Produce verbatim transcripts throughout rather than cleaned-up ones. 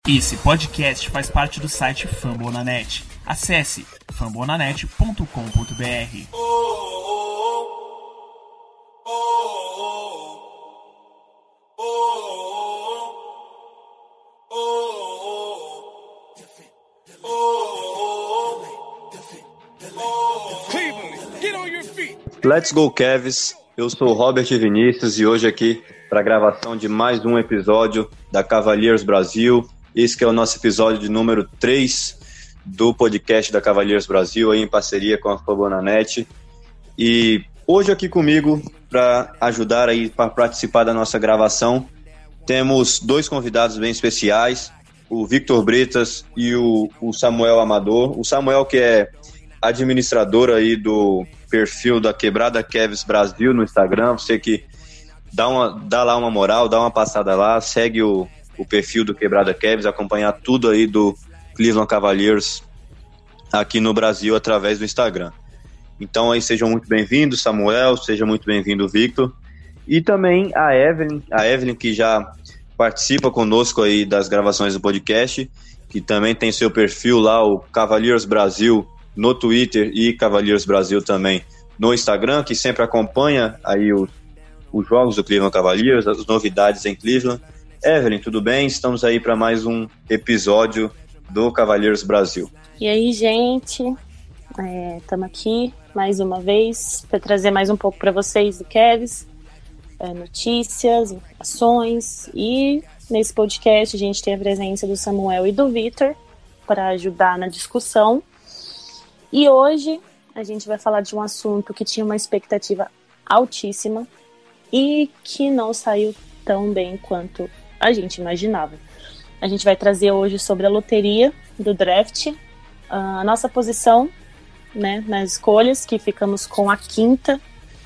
Esse podcast faz parte do site Fambonanet. Acesse fambonanet ponto com ponto b r. Let's go, Cavs! Eu sou o Robert Vinícius e hoje aqui para a gravação de mais um episódio da Cavaliers Brasil. Esse que é o nosso episódio de número três do podcast da Cavaliers Brasil, aí em parceria com a Fambonanet. E hoje aqui comigo, para ajudar aí, para participar da nossa gravação, temos dois convidados bem especiais, o Victor Bretas e o, o Samuel Amador. O Samuel, que é administrador aí do perfil da Quebrada Cavs Brasil no Instagram, você que dá, uma, dá lá uma moral, dá uma passada lá, segue o, o perfil do Quebrada Cavs, acompanhar tudo aí do Cleveland Cavaliers aqui no Brasil através do Instagram. Então aí sejam muito bem-vindos, Samuel, seja muito bem-vindo, Victor, e também a Evelyn, a Evelyn que já participa conosco aí das gravações do podcast, que também tem seu perfil lá, o Cavaliers Brasil, no Twitter, e Cavaliers Brasil também no Instagram, que sempre acompanha aí os, os jogos do Cleveland Cavaliers, as novidades em Cleveland. Evelyn, tudo bem? Estamos aí para mais um episódio do Cavaliers Brasil. E aí, gente, estamos é, aqui mais uma vez para trazer mais um pouco para vocês do Cavs, é, notícias, informações, e nesse podcast a gente tem a presença do Samuel e do Victor para ajudar na discussão. E hoje a gente vai falar de um assunto que tinha uma expectativa altíssima e que não saiu tão bem quanto a gente imaginava. A gente vai trazer hoje sobre a loteria do draft, a nossa posição, né, nas escolhas, que ficamos com a quinta.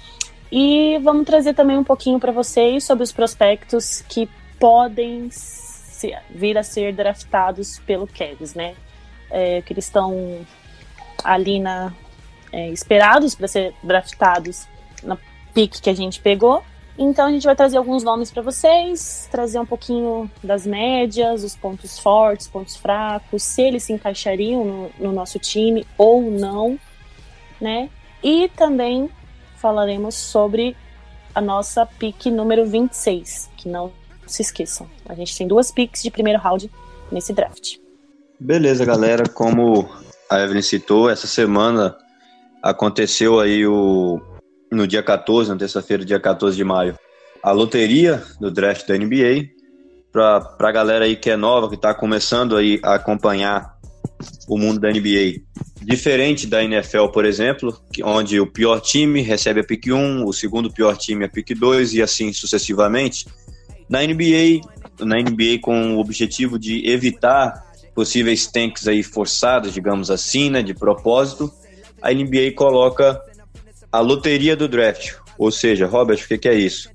E vamos trazer também um pouquinho para vocês sobre os prospectos que podem se, vir a ser draftados pelo Cavs, né? É, que eles estão ali na, é, esperados para ser draftados na pick que a gente pegou. Então a gente vai trazer alguns nomes para vocês, trazer um pouquinho das médias, os pontos fortes, pontos fracos, se eles se encaixariam no, no nosso time ou não, né? E também falaremos sobre a nossa pick número vinte e seis, que não se esqueçam, a gente tem duas picks de primeiro round nesse draft. Beleza, galera, como a Evelyn citou, essa semana aconteceu aí o, no dia quatorze, na terça-feira, dia quatorze de maio, a loteria do draft da N B A. Para a galera aí que é nova, que está começando aí a acompanhar o mundo da N B A. Diferente da N F L, por exemplo, onde o pior time recebe a pick um, o segundo pior time a pick dois e assim sucessivamente, na N B A, na N B A com o objetivo de evitar possíveis tanks aí forçados, digamos assim, né, de propósito, a N B A coloca a loteria do draft. Ou seja, Robert, o que, que é isso?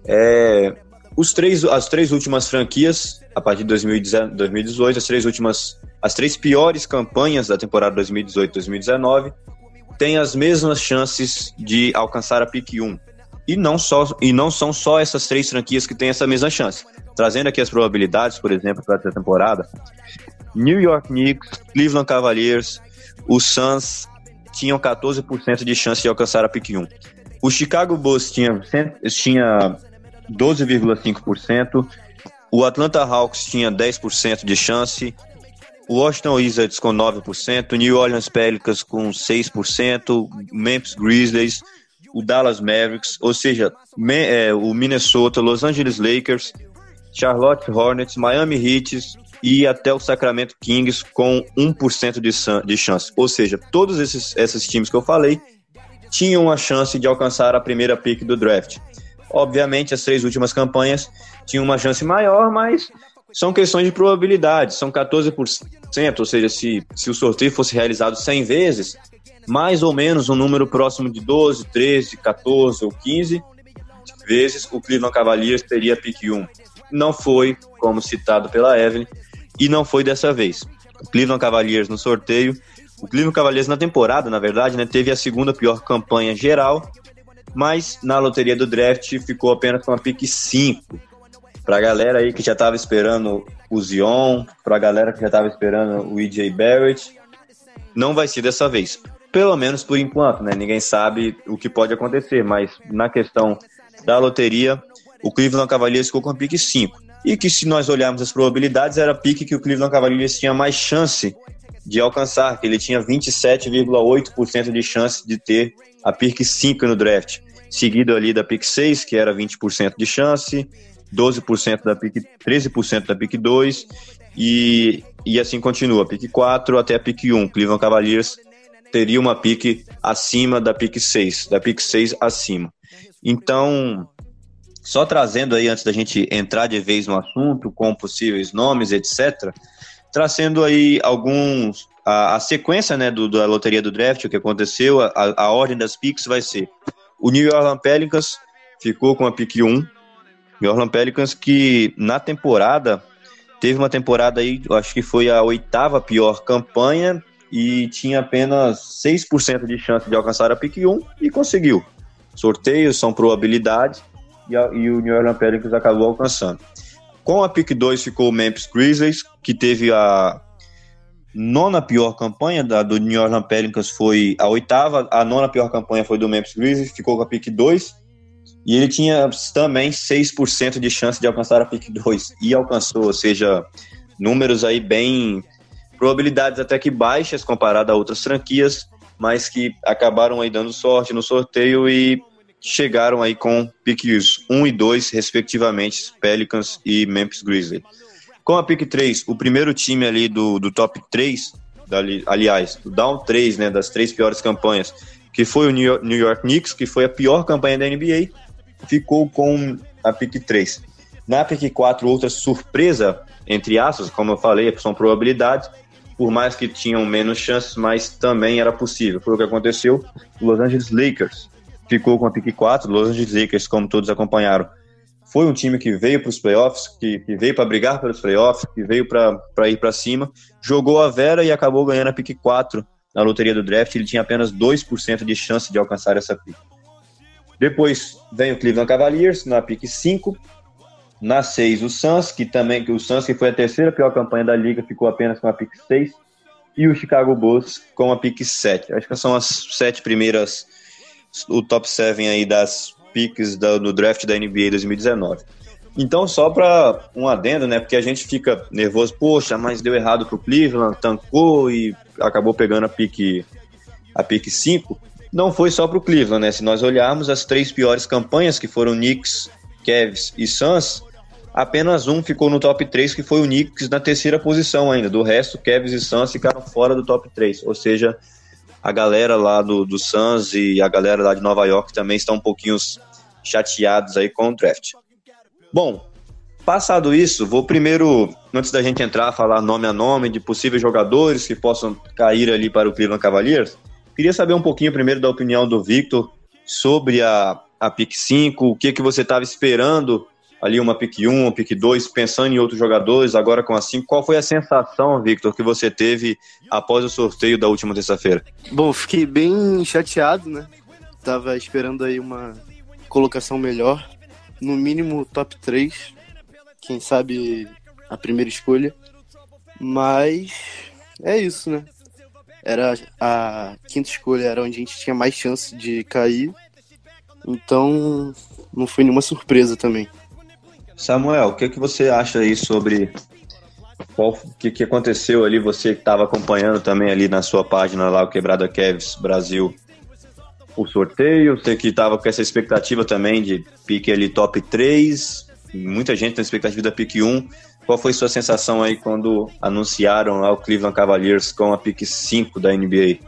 É, os três, as três últimas franquias, a partir de dois mil e dezoito, as três últimas, as três piores campanhas da temporada dois mil e dezoito dois mil e dezenove, têm as mesmas chances de alcançar a pick um. E não, só, e não são só essas três franquias que têm essa mesma chance. Trazendo aqui as probabilidades, por exemplo, para essa temporada, New York Knicks, Cleveland Cavaliers, os Suns tinham catorze por cento de chance de alcançar a pick um. O Chicago Bulls tinha, tinha doze vírgula cinco por cento, o Atlanta Hawks tinha dez por cento de chance, o Washington Wizards com nove por cento, o New Orleans Pelicans com seis por cento, Memphis Grizzlies, o Dallas Mavericks, ou seja, me, é, o Minnesota, Los Angeles Lakers, Charlotte Hornets, Miami Heat e até o Sacramento Kings com um por cento de, de chance. Ou seja, todos esses, esses times que eu falei tinham a chance de alcançar a primeira pick do draft. Obviamente, as três últimas campanhas tinham uma chance maior, mas são questões de probabilidade. São catorze por cento, ou seja, se, se o sorteio fosse realizado cem vezes, mais ou menos um número próximo de doze, treze, catorze ou quinze vezes o Cleveland Cavaliers teria pick um. Não foi, como citado pela Evelyn, e não foi dessa vez. O Cleveland Cavaliers no sorteio, o Cleveland Cavaliers na temporada, na verdade, né, teve a segunda pior campanha geral, mas na loteria do draft ficou apenas com a pick cinco. Pra galera aí que já tava esperando o Zion, pra galera que já tava esperando o E J Barrett, não vai ser dessa vez. Pelo menos por enquanto, né? Ninguém sabe o que pode acontecer, mas na questão da loteria, o Cleveland Cavaliers ficou com a pique cinco. E que se nós olharmos as probabilidades, era a pique que o Cleveland Cavaliers tinha mais chance de alcançar, que ele tinha vinte e sete vírgula oito por cento de chance de ter a pique cinco no draft. Seguido ali da pique seis, que era vinte por cento de chance, doze por cento da pique, treze por cento da pique dois, e, e assim continua, pique quatro até a pique um. Cleveland Cavaliers teria uma pique acima da pique seis, da pique seis acima. Então, só trazendo aí, antes da gente entrar de vez no assunto, com possíveis nomes, etcétera, trazendo aí alguns, a, a sequência, né, do, da loteria do draft, o que aconteceu, a, a ordem das piques vai ser: o New Orleans Pelicans ficou com a pique um, New Orleans Pelicans que na temporada, teve uma temporada aí, eu acho que foi a oitava pior campanha, e tinha apenas seis por cento de chance de alcançar a pique um, e conseguiu. Sorteios são probabilidades, e, a, e o New Orleans Pelicans acabou alcançando. Com a pique dois ficou o Memphis Grizzlies, que teve a nona pior campanha, da, do New Orleans Pelicans foi a oitava, a nona pior campanha foi do Memphis Grizzlies, ficou com a pique dois, e ele tinha também seis por cento de chance de alcançar a pique dois, e alcançou, ou seja, números aí bem... probabilidades até que baixas comparado a outras franquias, mas que acabaram aí dando sorte no sorteio e chegaram aí com piques um e dois, respectivamente, Pelicans e Memphis Grizzlies. Com a pique três, o primeiro time ali do, do top três, dali, aliás, do down três, né, das três piores campanhas, que foi o New York, New York Knicks, que foi a pior campanha da N B A, ficou com a pique três. Na pique quatro, outra surpresa, entre aspas, como eu falei, são probabilidades, por mais que tinham menos chances, mas também era possível. Foi o que aconteceu. O Los Angeles Lakers ficou com a pique quatro. Los Angeles Lakers, como todos acompanharam, foi um time que veio para os playoffs, que, que veio para brigar pelos playoffs, que veio para ir para cima, jogou a vera e acabou ganhando a pique quatro na loteria do draft. Ele tinha apenas dois por cento de chance de alcançar essa pique. Depois vem o Cleveland Cavaliers na pique cinco. Na seis, o Suns, que também, que o Suns, que foi a terceira pior campanha da liga, ficou apenas com a pique seis, e o Chicago Bulls com a pique sete. Acho que são as sete primeiras, o top sete aí das piques da, do draft da N B A dois mil e dezenove. Então, só para um adendo, né, porque a gente fica nervoso, poxa, mas deu errado pro Cleveland, tancou e acabou pegando a pique, a pique cinco. Não foi só pro Cleveland, né, se nós olharmos as três piores campanhas, que foram Knicks, Cavs e Suns, apenas um ficou no top três, que foi o Knicks, na terceira posição ainda. Do resto, Cavs e Suns ficaram fora do top três. Ou seja, a galera lá do, do Suns e a galera lá de Nova York também estão um pouquinho chateados aí com o draft. Bom, passado isso, vou primeiro, antes da gente entrar, falar nome a nome de possíveis jogadores que possam cair ali para o Cleveland Cavaliers. Queria saber um pouquinho primeiro da opinião do Victor sobre a, a pick cinco, o que, que você estava esperando ali, uma pick um, uma pick dois, pensando em outros jogadores, agora com a cinco. Qual foi a sensação, Victor, que você teve após o sorteio da última terça-feira? Bom, fiquei bem chateado, né? Tava esperando aí uma colocação melhor, no mínimo top três, quem sabe a primeira escolha, mas é isso, né? Era a quinta escolha, era onde a gente tinha mais chance de cair, então não foi nenhuma surpresa também. Samuel, o que, que você acha aí sobre o que, que aconteceu ali, você que estava acompanhando também ali na sua página lá, o Quebrada Cavs Brasil, o sorteio, você que estava com essa expectativa também de pique ali top três, muita gente tem expectativa da pique um, qual foi sua sensação aí quando anunciaram lá o Cleveland Cavaliers com a pique cinco da N B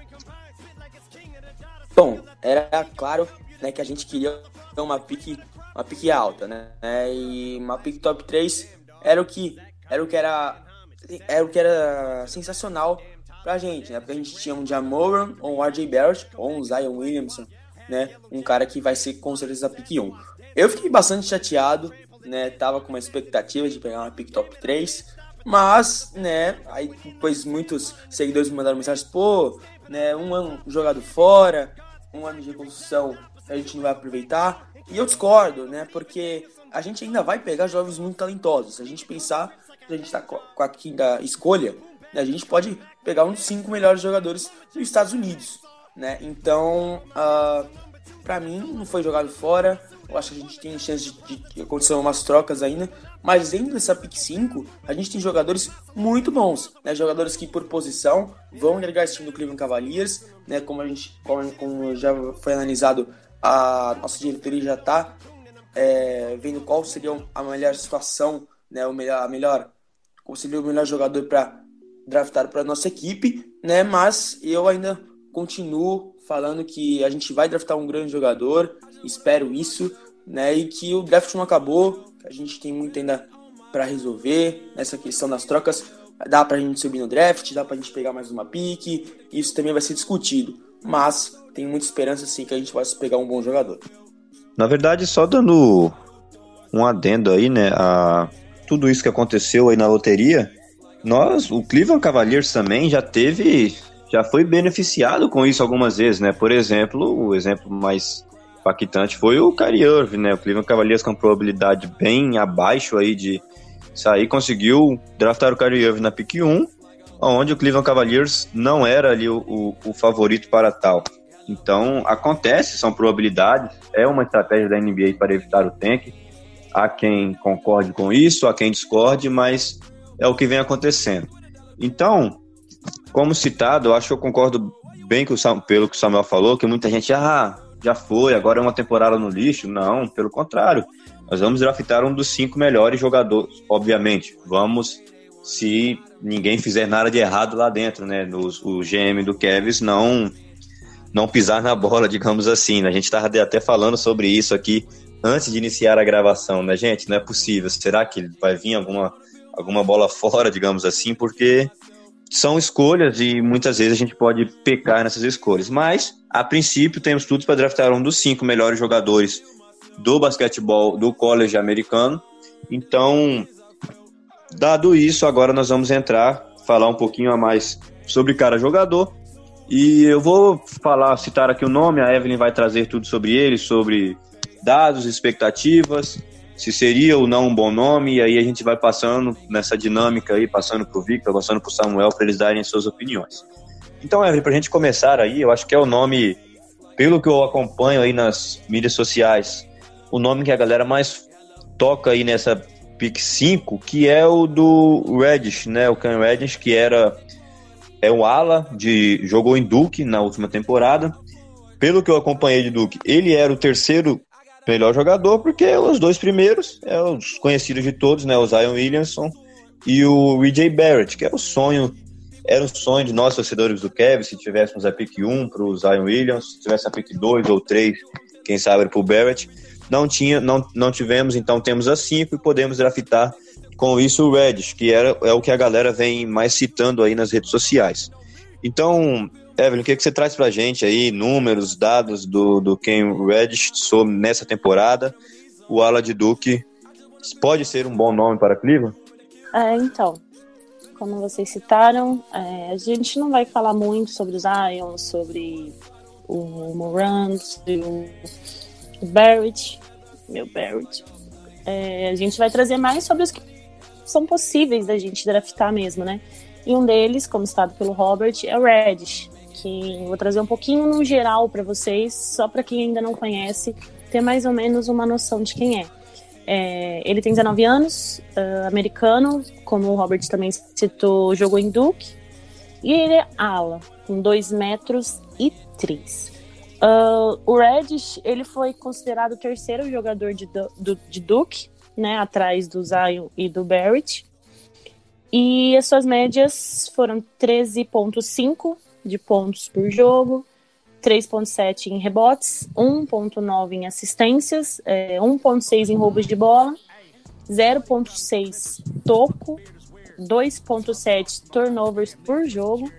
A? Bom, era claro, né, que a gente queria uma pique uma pique alta, né? E uma pique top três era o que era o que era era o que era sensacional pra gente, né? Porque a gente tinha um Jamoran, ou um R J Barrett, ou um Zion Williamson, né? Um cara que vai ser com certeza a pique um. Eu fiquei bastante chateado, né? Tava com uma expectativa de pegar uma pique top três, mas, né? Aí depois muitos seguidores me mandaram mensagens, pô, né? Um ano jogado fora, um ano de reconstrução, a gente não vai aproveitar. E eu discordo, né? Porque a gente ainda vai pegar jovens muito talentosos. Se a gente pensar que a gente está com a quinta escolha, né, a gente pode pegar um dos cinco melhores jogadores dos Estados Unidos, né? Então, uh, para mim, não foi jogado fora. Eu acho que a gente tem chance de, de acontecer umas trocas ainda. Mas dentro dessa pick cinco, a gente tem jogadores muito bons, né? Jogadores que por posição vão agregar esse time do Cleveland Cavaliers, né? Como a gente, como, como já foi analisado, a nossa diretoria já está é, vendo qual seria a melhor situação, né? O melhor, a melhor, qual seria o melhor jogador para draftar para nossa equipe, né? Mas eu ainda continuo falando que a gente vai draftar um grande jogador, espero isso, né? E que o draft não acabou. A gente tem muito ainda para resolver nessa questão das trocas. Dá pra gente subir no draft, dá pra gente pegar mais uma pique. Isso também vai ser discutido. Mas tem muita esperança sim que a gente possa pegar um bom jogador. Na verdade, só dando um adendo aí, né, a tudo isso que aconteceu aí na loteria, nós, o Cleveland Cavaliers também já teve, já foi beneficiado com isso algumas vezes, né? Por exemplo, o exemplo mais impactante foi o Kyrie Irving, né? O Cleveland Cavaliers com probabilidade bem abaixo aí de sair, conseguiu draftar o Kyrie Irving na pick um, onde o Cleveland Cavaliers não era ali o, o, o favorito para tal. Então, acontece, são probabilidades, é uma estratégia da N B A para evitar o tank. Há quem concorde com isso, há quem discorde, mas é o que vem acontecendo. Então, como citado, eu acho que eu concordo bem com o Sam, pelo que o Samuel falou, que muita gente, ah, já foi, agora é uma temporada no lixo. Não, pelo contrário. Nós vamos draftar um dos cinco melhores jogadores, obviamente. Vamos, se ninguém fizer nada de errado lá dentro, né? Nos, o G M do Cavs não, não pisar na bola, digamos assim. Né? A gente estava até falando sobre isso aqui antes de iniciar a gravação, né, gente? Não é possível. Será que vai vir alguma, alguma bola fora, digamos assim? Porque são escolhas e muitas vezes a gente pode pecar nessas escolhas. Mas, a princípio, temos tudo para draftar um dos cinco melhores jogadores do basquetebol do college americano. Então, dado isso, agora nós vamos entrar, falar um pouquinho a mais sobre cada jogador. E eu vou falar, citar aqui o nome, a Evelyn vai trazer tudo sobre ele, sobre dados, expectativas, se seria ou não um bom nome, e aí a gente vai passando nessa dinâmica aí, passando pro Victor, passando pro Samuel, para eles darem suas opiniões. Então, Evelyn, pra gente começar aí, eu acho que é o nome, pelo que eu acompanho aí nas mídias sociais, o nome que a galera mais toca aí nessa pick cinco, que é o do Reddish, né, o Cam Reddish, que era, é um ala, de, jogou em Duke na última temporada. Pelo que eu acompanhei de Duke, ele era o terceiro melhor jogador, porque os dois primeiros é os conhecidos de todos, né, o Zion Williamson e o R J Barrett, que é o sonho, era o sonho de nós, torcedores do Cavs, se tivéssemos a pick um para o Zion Williams, se tivesse a pick dois ou três, quem sabe para o Barrett. Não, tinha, não, não tivemos, então temos a cinco e podemos draftar com isso o Reddish, que era, é o que a galera vem mais citando aí nas redes sociais. Então, Evelyn, o que, que você traz pra gente aí, números, dados do, do Cam Reddish sobre nessa temporada? O ala de Duke pode ser um bom nome para Cleveland? É, então, como vocês citaram, é, a gente não vai falar muito sobre o Zion, sobre o Moran, sobre o Barrett, meu Barrett. É, a gente vai trazer mais sobre os que são possíveis da gente draftar mesmo, né? E um deles, como citado pelo Robert, é o Reddish, que vou trazer um pouquinho no geral para vocês, só para quem ainda não conhece, ter mais ou menos uma noção de quem é. É ele tem dezenove anos, uh, americano, como o Robert também citou, jogou em Duke, e ele é ala, com dois metros e três. Uh, o Reddish, ele foi considerado o terceiro jogador de, do, de Duke, né, atrás do Zion e do Barrett, e as suas médias foram treze vírgula cinco de pontos por jogo, três vírgula sete em rebotes, um vírgula nove em assistências, é, um vírgula seis em roubos de bola, zero vírgula seis toco, dois vírgula sete turnovers por jogo.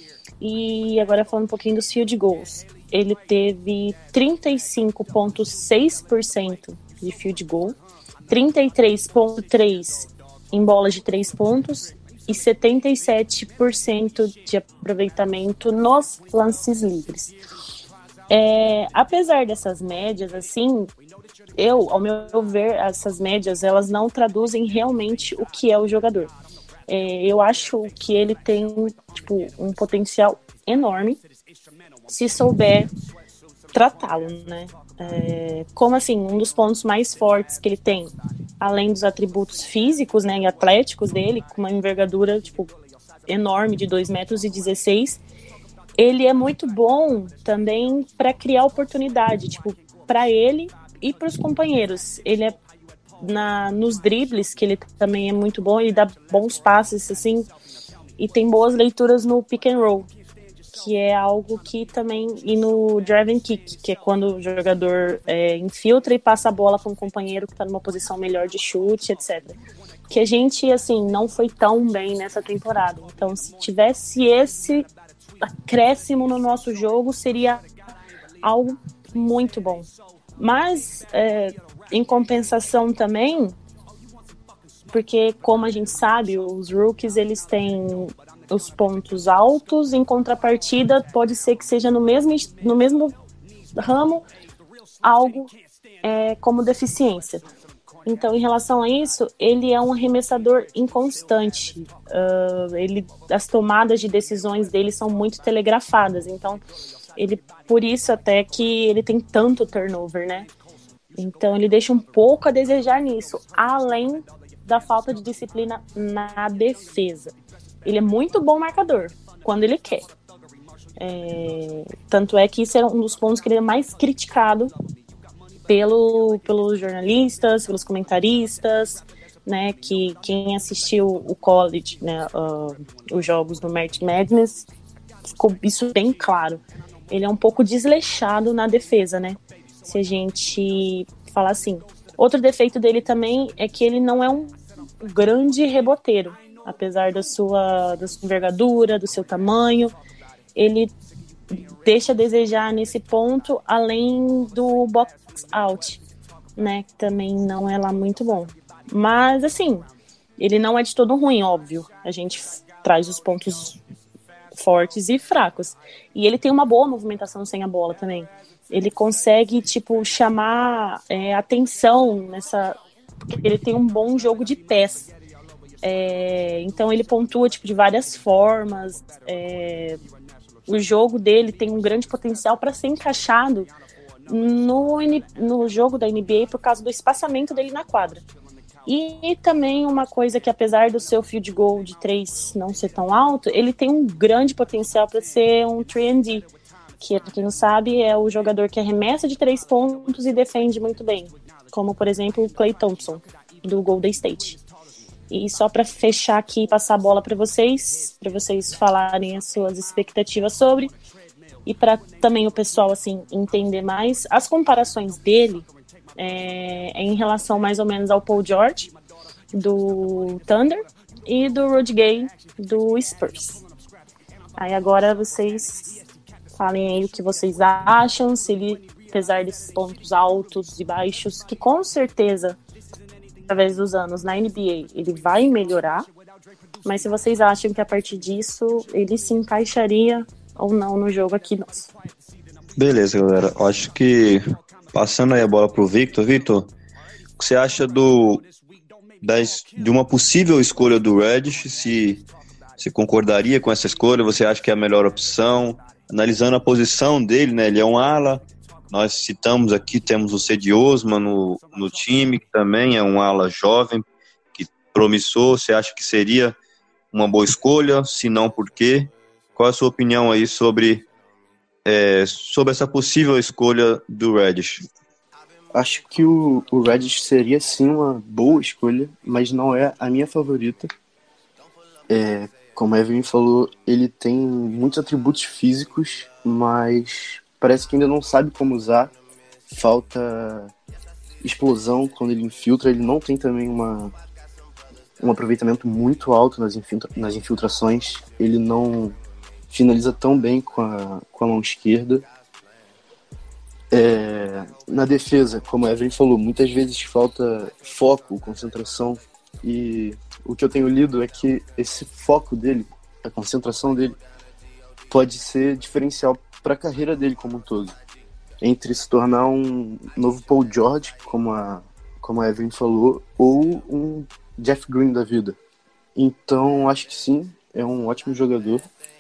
E agora falando um pouquinho dos field goals, ele teve trinta e cinco vírgula seis por cento de field goal, trinta e três vírgula três por cento em bolas de três pontos e setenta e sete por cento de aproveitamento nos lances livres. É, apesar dessas médias, assim, eu, ao meu ver, essas médias, elas não traduzem realmente o que é o jogador. É, eu acho que ele tem, tipo, um potencial enorme se souber tratá-lo, né? É, como assim, um dos pontos mais fortes que ele tem, além dos atributos físicos, né, e atléticos dele, com uma envergadura, tipo, enorme, de dois metros e dezesseis, ele é muito bom também para criar oportunidade, tipo, para ele e para os companheiros. Ele é na, nos dribles, que ele também é muito bom, ele dá bons passes, assim, e tem boas leituras no pick and roll, que é algo que também... E no drive and kick, que é quando o jogador é, infiltra e passa a bola para um companheiro que está numa posição melhor de chute, etcétera. Que a gente, assim, não foi tão bem nessa temporada. Então, se tivesse esse acréscimo no nosso jogo, seria algo muito bom. Mas, é, em compensação também, porque, como a gente sabe, os rookies, eles têm os pontos altos, em contrapartida, pode ser que seja no mesmo, no mesmo ramo algo é, como deficiência. Então, em relação a isso, ele é um arremessador inconstante. Uh, ele, as tomadas de decisões dele são muito telegrafadas. Então, ele, por isso até que ele tem tanto turnover, né? Então, ele deixa um pouco a desejar nisso, além da falta de disciplina na defesa. Ele é muito bom marcador, quando ele quer. É, tanto é que isso é um dos pontos que ele é mais criticado pelo, pelos jornalistas, pelos comentaristas, né, que quem assistiu o college, né, uh, os jogos do March Madness, ficou isso bem claro. Ele é um pouco desleixado na defesa, né, se a gente falar assim. Outro defeito dele também é que ele não é um grande reboteiro, apesar da sua, da sua envergadura, do seu tamanho, ele deixa a desejar nesse ponto, além do box out, né, que também não é lá muito bom. Mas, assim, ele não é de todo ruim, óbvio. A gente f- traz os pontos fortes e fracos. E ele tem uma boa movimentação sem a bola também. Ele consegue, tipo, chamar é, atenção nessa... Porque ele tem um bom jogo de pés. É, então ele pontua, tipo, de várias formas. É, o jogo dele tem um grande potencial para ser encaixado no, no jogo da N B A por causa do espaçamento dele na quadra. E, e também uma coisa que, apesar do seu field goal de três não ser tão alto, ele tem um grande potencial para ser um três and D, que, para quem não sabe, é o jogador que arremessa de três pontos e defende muito bem, como, por exemplo, o Klay Thompson, do Golden State. E só para fechar aqui e passar a bola para vocês, para vocês falarem as suas expectativas sobre, e para também o pessoal assim entender mais, as comparações dele é, é em relação mais ou menos ao Paul George, do Thunder, e do Rudy Gay, do Spurs. Aí agora vocês falem aí o que vocês acham, se ele, apesar desses pontos altos e baixos, que com certeza através dos anos na N B A ele vai melhorar, mas se vocês acham que a partir disso ele se encaixaria ou não no jogo aqui nosso. Beleza, galera. Eu acho que passando aí a bola pro Victor. Victor, o que você acha do das, de uma possível escolha do Reddish? Se você concordaria com essa escolha? Você acha que é a melhor opção? Analisando a posição dele, né? Ele é um ala. Nós citamos aqui, temos o Cedi Osman no, no time, que também é um ala jovem, que promissor. Você acha que seria uma boa escolha? Se não, por quê? Qual é a sua opinião aí sobre, é, sobre essa possível escolha do Reddish? Acho que o, o Reddish seria sim uma boa escolha, mas não é a minha favorita. É, como a Evelyn falou, ele tem muitos atributos físicos, mas parece que ainda não sabe como usar. Falta explosão quando ele infiltra. Ele não tem também uma, um aproveitamento muito alto nas, infiltra, nas infiltrações. Ele não finaliza tão bem com a, com a mão esquerda. É, na defesa, como a Evelyn falou, muitas vezes falta foco, concentração. E o que eu tenho lido é que esse foco dele, a concentração dele, pode ser diferencial para a carreira dele como um todo. entre se tornar um novo Paul George, como a, como a Evelyn falou, ou um Jeff Green da vida. Então, acho que sim, é um ótimo jogador,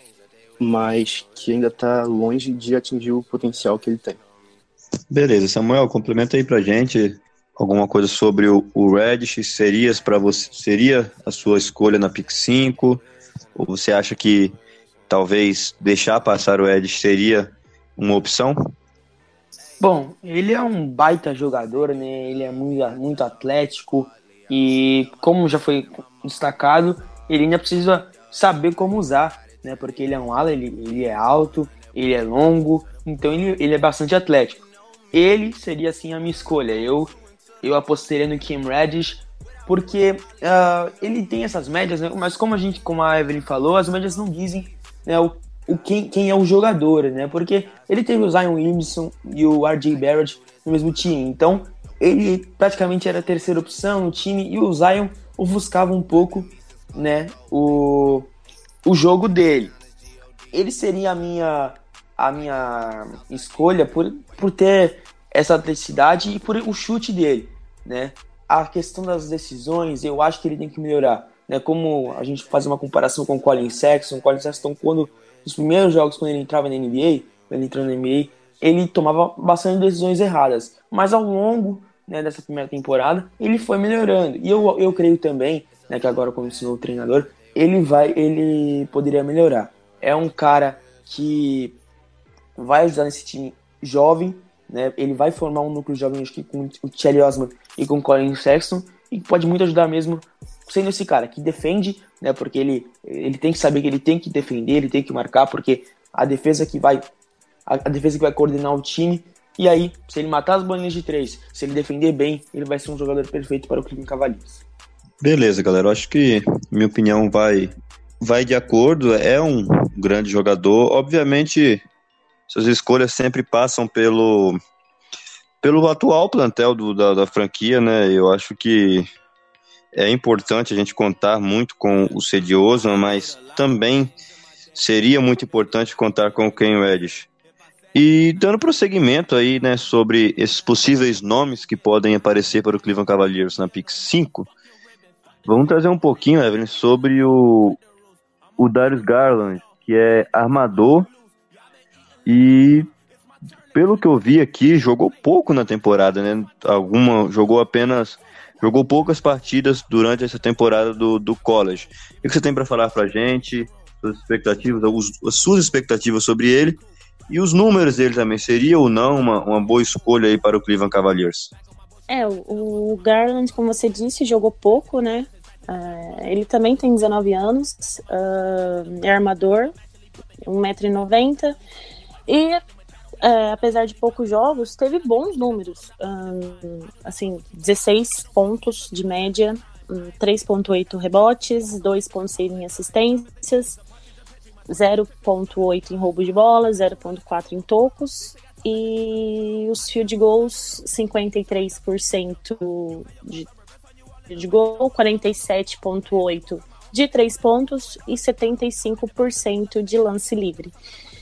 mas que ainda está longe de atingir o potencial que ele tem. Beleza, Samuel, complementa aí pra gente alguma coisa sobre o, o Reddish. Seria, para você, seria a sua escolha na pick cinco? Ou você acha que talvez deixar passar o Reddish seria uma opção? Bom, ele é um baita jogador, né? Ele é muito, muito atlético e, como já foi destacado, ele ainda precisa saber como usar, né? Porque ele é um ala, ele, ele é alto, ele é longo, então ele, ele é bastante atlético. Ele seria, assim, a minha escolha. Eu, eu apostaria no Cam Reddish, porque uh, ele tem essas médias, né? Mas como a gente, como a Evelyn falou, as médias não dizem, né, o, o quem, quem é o jogador, né? Porque ele teve o Zion Williamson e o R J Barrett no mesmo time. Então, ele praticamente era a terceira opção no time e o Zion ofuscava um pouco, né, o, o jogo dele. Ele seria a minha... a minha escolha por, por ter essa atleticidade e por o chute dele, né? A questão das decisões, eu acho que ele tem que melhorar, né? Como a gente faz uma comparação com o Colin Sexton, o Colin Sexton, quando nos primeiros jogos, quando ele entrava na N B A, quando ele entrou na N B A, ele tomava bastante decisões erradas, mas ao longo, né, dessa primeira temporada, ele foi melhorando, e eu, eu creio também, né, que agora como ensinou o treinador, ele vai, ele poderia melhorar. É um cara que vai ajudar nesse time jovem, né? Ele vai formar um núcleo jovem, acho que com o Cedi Osman e com o Colin Sexton, e pode muito ajudar mesmo sendo esse cara que defende, né? Porque ele, ele tem que saber que ele tem que defender, ele tem que marcar, porque a defesa que vai a, a defesa que vai coordenar o time, e aí, se ele matar as bolinhas de três, se ele defender bem, ele vai ser um jogador perfeito para o Cleveland Cavaliers. Beleza, galera, eu acho que minha opinião vai, vai de acordo, é um grande jogador, obviamente. Suas escolhas sempre passam pelo, pelo atual plantel do, da, da franquia, né? Eu acho que é importante a gente contar muito com o Cedi Osman, mas também seria muito importante contar com o Cam Reddish. E dando prosseguimento aí, né, sobre esses possíveis nomes que podem aparecer para o Cleveland Cavaliers na pick cinco, vamos trazer um pouquinho, Evelyn, sobre o, o Darius Garland, que é armador. E pelo que eu vi aqui, jogou pouco na temporada, né? Alguma, jogou apenas, jogou poucas partidas durante essa temporada do, do college. O que você tem para falar pra gente? Suas expectativas, as suas expectativas sobre ele e os números dele também. Seria ou não uma, uma boa escolha aí para o Cleveland Cavaliers? É, o Garland, como você disse, jogou pouco, né? Uh, ele também tem dezenove anos, uh, é armador, um metro e noventa. E, é, apesar de poucos jogos, teve bons números. Um, assim, dezesseis pontos de média, um, três vírgula oito rebotes, dois vírgula seis em assistências, zero vírgula oito em roubo de bola, zero vírgula quatro em tocos. E os field goals, cinquenta e três por cento de field goal, quarenta e sete vírgula oito por cento de três pontos e setenta e cinco por cento de lance livre.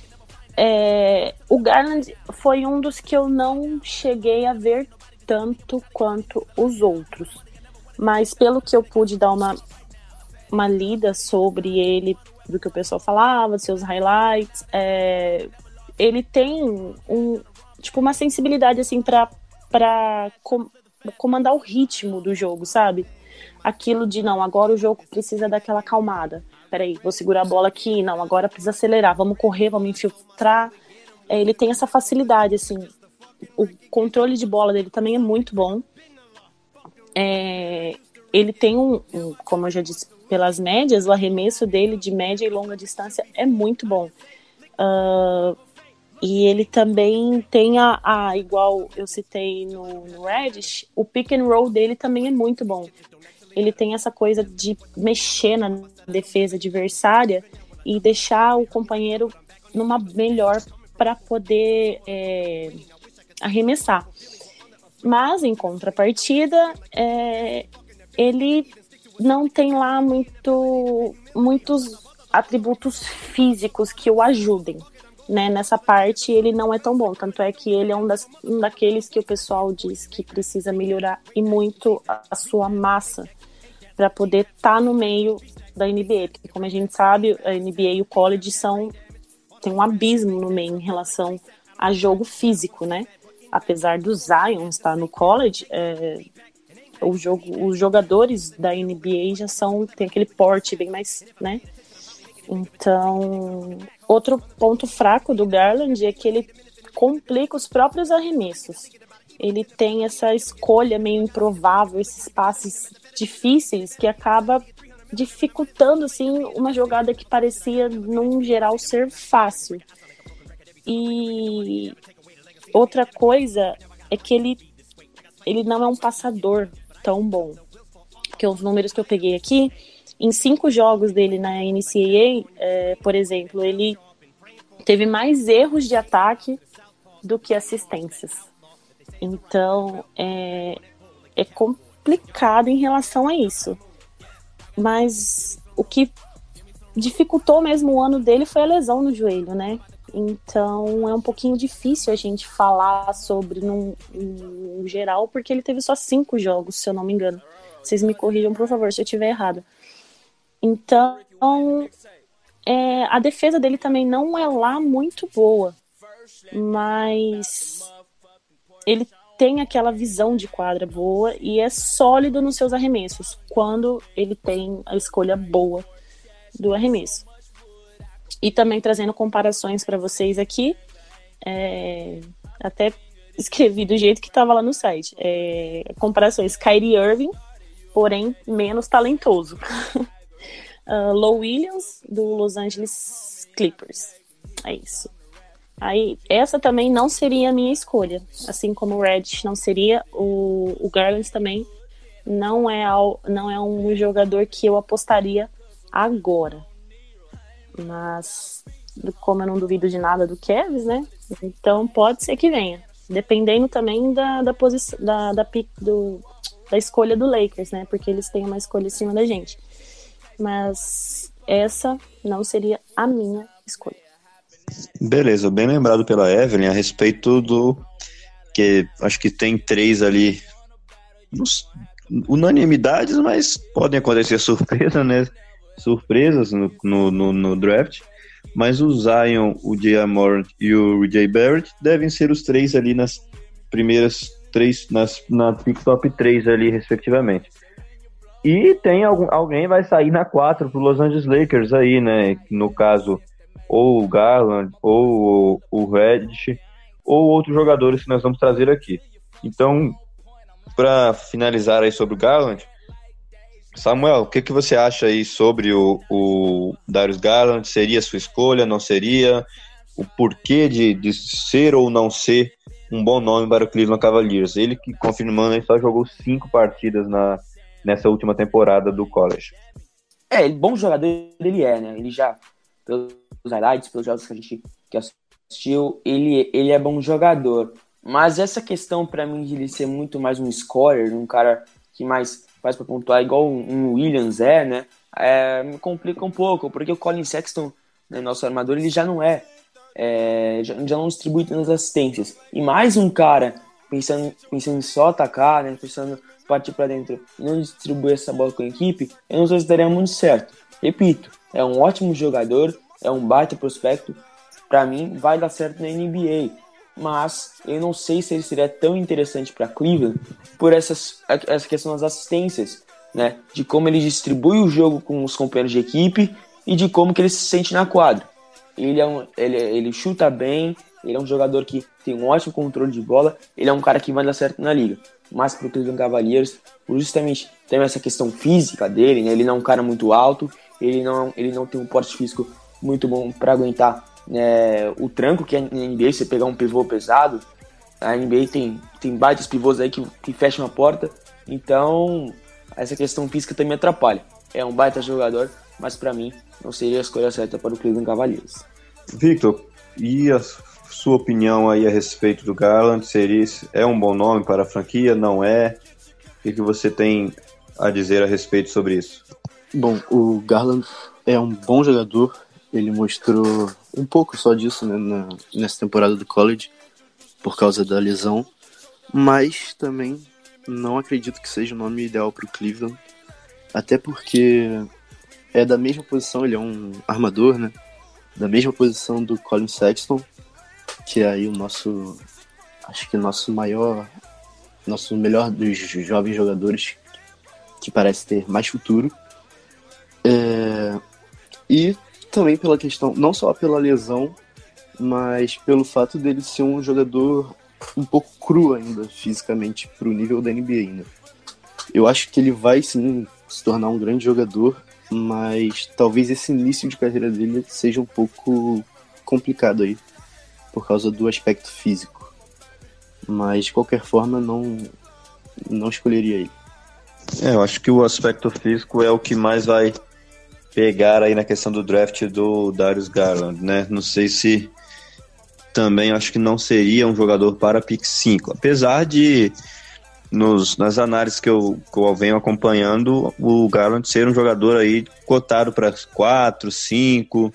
É, o Garland foi um dos que eu não cheguei a ver tanto quanto os outros, mas pelo que eu pude dar uma, uma lida sobre ele, do que o pessoal falava, seus highlights, é, ele tem um, tipo, uma sensibilidade assim para para com, comandar o ritmo do jogo, sabe? Aquilo de, não, agora o jogo precisa daquela acalmada. Peraí, vou segurar a bola aqui, não, agora precisa acelerar, vamos correr, vamos infiltrar. É, ele tem essa facilidade, assim. O controle de bola dele também é muito bom. É, ele tem um, um, como eu já disse, pelas médias, o arremesso dele de média e longa distância é muito bom. Uh, e ele também tem a, a, igual eu citei no, no Reddish, o pick and roll dele também é muito bom. Ele tem essa coisa de mexer na defesa adversária e deixar o companheiro numa melhor para poder é, arremessar. Mas, em contrapartida, é, ele não tem lá muito, muitos atributos físicos que o ajudem. né, nessa parte ele não é tão bom. Tanto é que ele é um, das, um daqueles que o pessoal diz que precisa melhorar e muito a, a sua massa para poder estar tá no meio da N B A. Porque, como a gente sabe, a N B A e o college são, tem um abismo no meio em relação a jogo físico, né? Apesar do Zion estar no college, é, o jogo, os jogadores da N B A já são, tem aquele porte bem mais, né? Então, outro ponto fraco do Garland é que ele complica os próprios arremessos. Ele tem essa escolha meio improvável, esses passes difíceis que acaba dificultando assim, uma jogada que parecia, num geral, ser fácil. E outra coisa é que ele, ele não é um passador tão bom. Porque os números que eu peguei aqui, em cinco jogos dele na N C A A, é, por exemplo, ele teve mais erros de ataque do que assistências. Então, é, é complicado em relação a isso. Mas o que dificultou mesmo o ano dele foi a lesão no joelho, né? Então, é um pouquinho difícil a gente falar sobre no, no geral, porque ele teve só cinco jogos, se eu não me engano. Vocês me corrijam, por favor, se eu estiver errado. Então, é, a defesa dele também não é lá muito boa, mas ele tem aquela visão de quadra boa e é sólido nos seus arremessos, quando ele tem a escolha boa do arremesso. E também trazendo comparações para vocês aqui, é, até escrevi do jeito que estava lá no site, é, comparações Kyrie Irving, porém menos talentoso. Uh, Lou Williams, do Los Angeles Clippers. É isso. Aí, essa também não seria a minha escolha. Assim como o Reddish não seria, o, o Garland também não é, ao, não é um jogador que eu apostaria agora. Mas, como eu não duvido de nada do Cavs, né? Então pode ser que venha. Dependendo também da, da, posição, da, da, do, da escolha do Lakers, né? Porque eles têm uma escolha em cima da gente. Mas essa não seria a minha escolha. Beleza, bem lembrado pela Evelyn a respeito do que acho que tem três ali unanimidades, mas podem acontecer surpresa, né? Surpresas no, no, no, no draft. Mas o Zion, o J. Morant e o R J. Barrett devem ser os três ali nas primeiras três, nas, na pick top três ali, respectivamente. E tem algum, alguém vai sair na quatro pro Los Angeles Lakers aí, né? No caso, ou o Garland, ou o Reddish, ou outros jogadores que nós vamos trazer aqui. Então, para finalizar aí sobre o Garland, Samuel, o que, que você acha aí sobre o, o Darius Garland? Seria sua escolha, não seria? O porquê de, de ser ou não ser um bom nome para o Cleveland Cavaliers? Ele que, confirmando, ele só jogou cinco partidas na nessa última temporada do college. É, bom jogador ele é, né? Ele já, pelos highlights, pelos jogos que a gente que assistiu, ele, ele é bom jogador. Mas essa questão, pra mim, de ele ser muito mais um scorer, um cara que mais faz pra pontuar, igual um Williams é, né? É, me complica um pouco, porque o Colin Sexton, né, nosso armador, ele já não é, é já, já não distribui tantas assistências. E mais um cara pensando, pensando em só atacar, né? Pensando partir para dentro e não distribuir essa bola com a equipe, eu não sei se daria muito certo. Repito, é um ótimo jogador, é um baita prospecto, para mim vai dar certo na N B A, mas eu não sei se ele seria tão interessante para Cleveland por essas, essa questão das assistências, né? De como ele distribui o jogo com os companheiros de equipe e de como que ele se sente na quadra. Ele, é um, ele, ele chuta bem, ele é um jogador que tem um ótimo controle de bola, ele é um cara que vai dar certo na liga. Mas para o Cleveland Cavaliers, justamente tem essa questão física dele, né? Ele não é um cara muito alto, ele não, ele não tem um porte físico muito bom para aguentar, né, o tranco que é na N B A, você pegar um pivô pesado, a N B A tem, tem baitas pivôs aí que, que fecham a porta, então essa questão física também atrapalha. É um baita jogador, mas para mim não seria a escolha certa para o Cleveland Cavaliers. Victor, e a sua opinião aí a respeito do Garland? Seria, é um bom nome para a franquia? Não é? O que, que você tem a dizer a respeito sobre isso? Bom, o Garland é um bom jogador, Ele mostrou um pouco só disso, né, na, nessa temporada do college, por causa da lesão. Mas também não acredito que seja o nome ideal para o Cleveland. Até porque é da mesma posição, ele é um armador, né? Da mesma posição do Colin Sexton, que é aí o nosso, acho que nosso maior, nosso melhor dos jovens jogadores, que parece ter mais futuro. É, e também pela questão, não só pela lesão, mas pelo fato dele ser um jogador um pouco cru ainda, fisicamente, pro nível da N B A ainda. Eu acho que ele vai, sim, se tornar um grande jogador, mas talvez esse início de carreira dele seja um pouco complicado aí, por causa do aspecto físico. Mas, de qualquer forma, não, não escolheria ele. É, eu acho que o aspecto físico é o que mais vai pegar aí na questão do draft do Darius Garland, né? Não sei se também acho que não seria um jogador para pick cinco, apesar de nos, nas análises que eu, que eu venho acompanhando, o Garland ser um jogador aí cotado para quatro, cinco,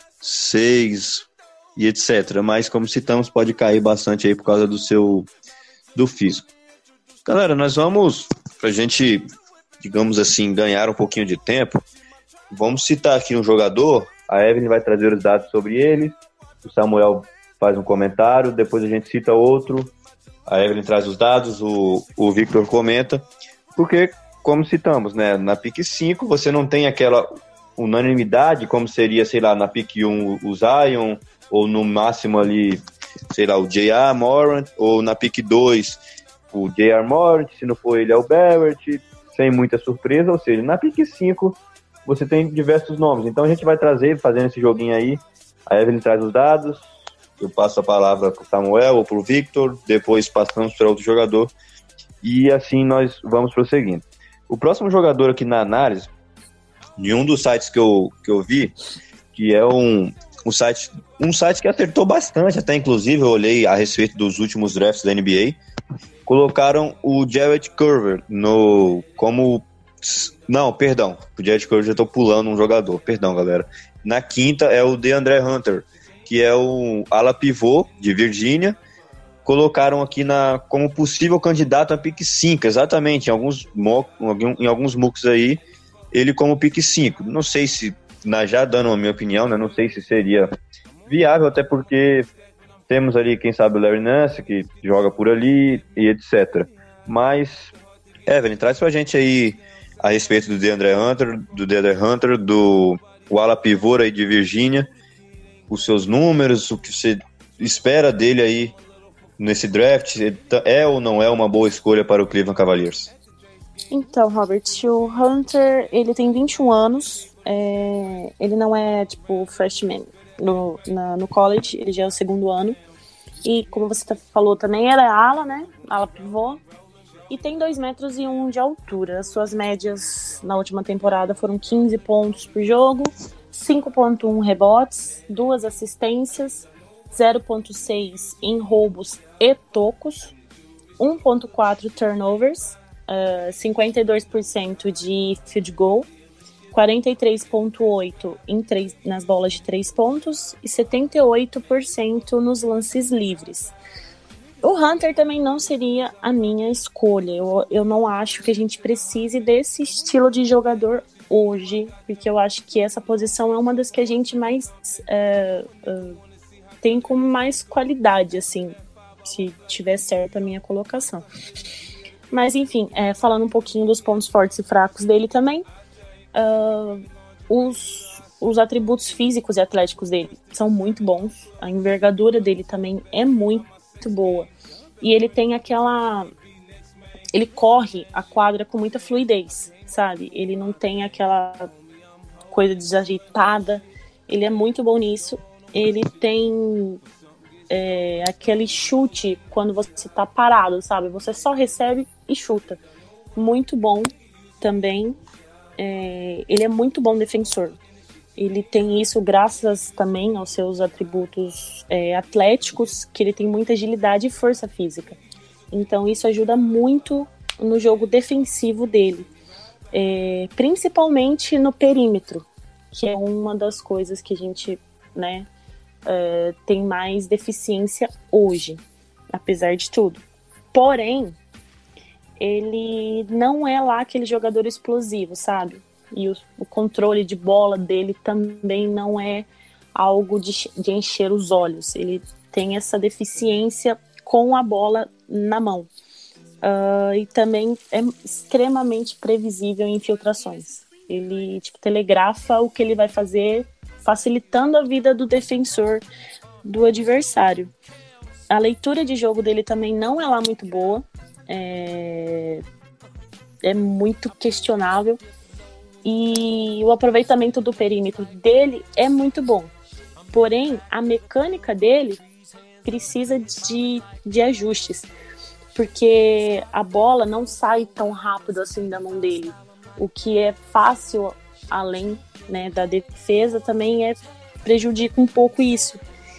seis e etcétera. Mas como citamos, pode cair bastante aí por causa do seu do físico. Galera, nós vamos, pra gente, digamos assim, ganhar um pouquinho de tempo, vamos citar aqui um jogador, a Evelyn vai trazer os dados sobre ele, o Samuel faz um comentário, depois a gente cita outro, a Evelyn traz os dados, o, o Victor comenta, porque, como citamos, né, na pick cinco você não tem aquela unanimidade, como seria, sei lá, na pick um o Zion, ou no máximo ali, sei lá, o J R. Morant, ou na pick dois o J R. Morant, se não for ele é o Barrett, sem muita surpresa, ou seja, na pick cinco você tem diversos nomes, então a gente vai trazer, fazendo esse joguinho aí, a Evelyn traz os dados, eu passo a palavra para o Samuel ou para o Victor, depois passamos para outro jogador, e assim nós vamos prosseguindo. O próximo jogador aqui na análise, de um dos sites que eu, que eu vi, que é um, um, site, um site que acertou bastante, até inclusive eu olhei a respeito dos últimos drafts da N B A, colocaram o Jarrett Culver no, como... Não, perdão, o Jarrett Culver já estou pulando um jogador, perdão galera. Na quinta é o DeAndre Hunter, que é o ala pivô de Virgínia, colocaram aqui na, como possível candidato a pick cinco, exatamente, em alguns, mock, em alguns mocks aí, ele como pick cinco. Não sei se, já dando a minha opinião, né, não sei se seria viável, até porque temos ali, quem sabe, o Larry Nance, que joga por ali, e etcétera. Mas, Evelyn, traz pra gente aí a respeito do DeAndre Hunter, do DeAndre Hunter, do o ala pivô aí de Virgínia, os seus números, o que você espera dele aí nesse draft, é ou não é uma boa escolha para o Cleveland Cavaliers? Então, Robert, o Hunter, ele tem vinte e um anos, é, ele não é, tipo, freshman no, na, no college, ele já é o segundo ano, e como você falou também, ele é ala, né, ala pivô, e tem dois metros e um de altura. As suas médias na última temporada foram quinze pontos por jogo, cinco vírgula um rebotes, duas assistências, zero vírgula seis em roubos e tocos, um vírgula quatro turnovers, uh, cinquenta e dois por cento de field goal, quarenta e três vírgula oito por cento em três, nas bolas de três pontos e setenta e oito por cento nos lances livres. O Hunter também não seria a minha escolha. Eu, eu não acho que a gente precise desse estilo de jogador hoje, porque eu acho que essa posição é uma das que a gente mais é, é, tem com mais qualidade, assim, se tiver certo a minha colocação. Mas, enfim, é, falando um pouquinho dos pontos fortes e fracos dele também, uh, os, os atributos físicos e atléticos dele são muito bons, a envergadura dele também é muito boa, e ele tem aquela... ele corre a quadra com muita fluidez, sabe? Ele não tem aquela coisa desajeitada, ele é muito bom nisso. Ele tem é, aquele chute quando você tá parado, sabe? Você só recebe e chuta. Muito bom também. É, ele é muito bom defensor. Ele tem isso graças também aos seus atributos é, atléticos, que ele tem muita agilidade e força física. Então isso ajuda muito no jogo defensivo dele, é, principalmente no perímetro, que é uma das coisas que a gente, né, uh, tem mais deficiência hoje, apesar de tudo. Porém, ele não é lá aquele jogador explosivo, sabe? E o, o controle de bola dele também não é algo de, de encher os olhos. Ele tem essa deficiência com a bola na mão. Uh, e também é extremamente previsível em infiltrações. Ele tipo, telegrafa o que ele vai fazer, facilitando a vida do defensor do adversário. A leitura de jogo dele também não é lá muito boa. É, é muito questionável. E o aproveitamento do perímetro dele é muito bom. Porém, a mecânica dele precisa de, de ajustes. Porque a bola não sai tão rápido assim da mão dele. O que é fácil, além, né, da defesa, também é prejudica um pouco isso.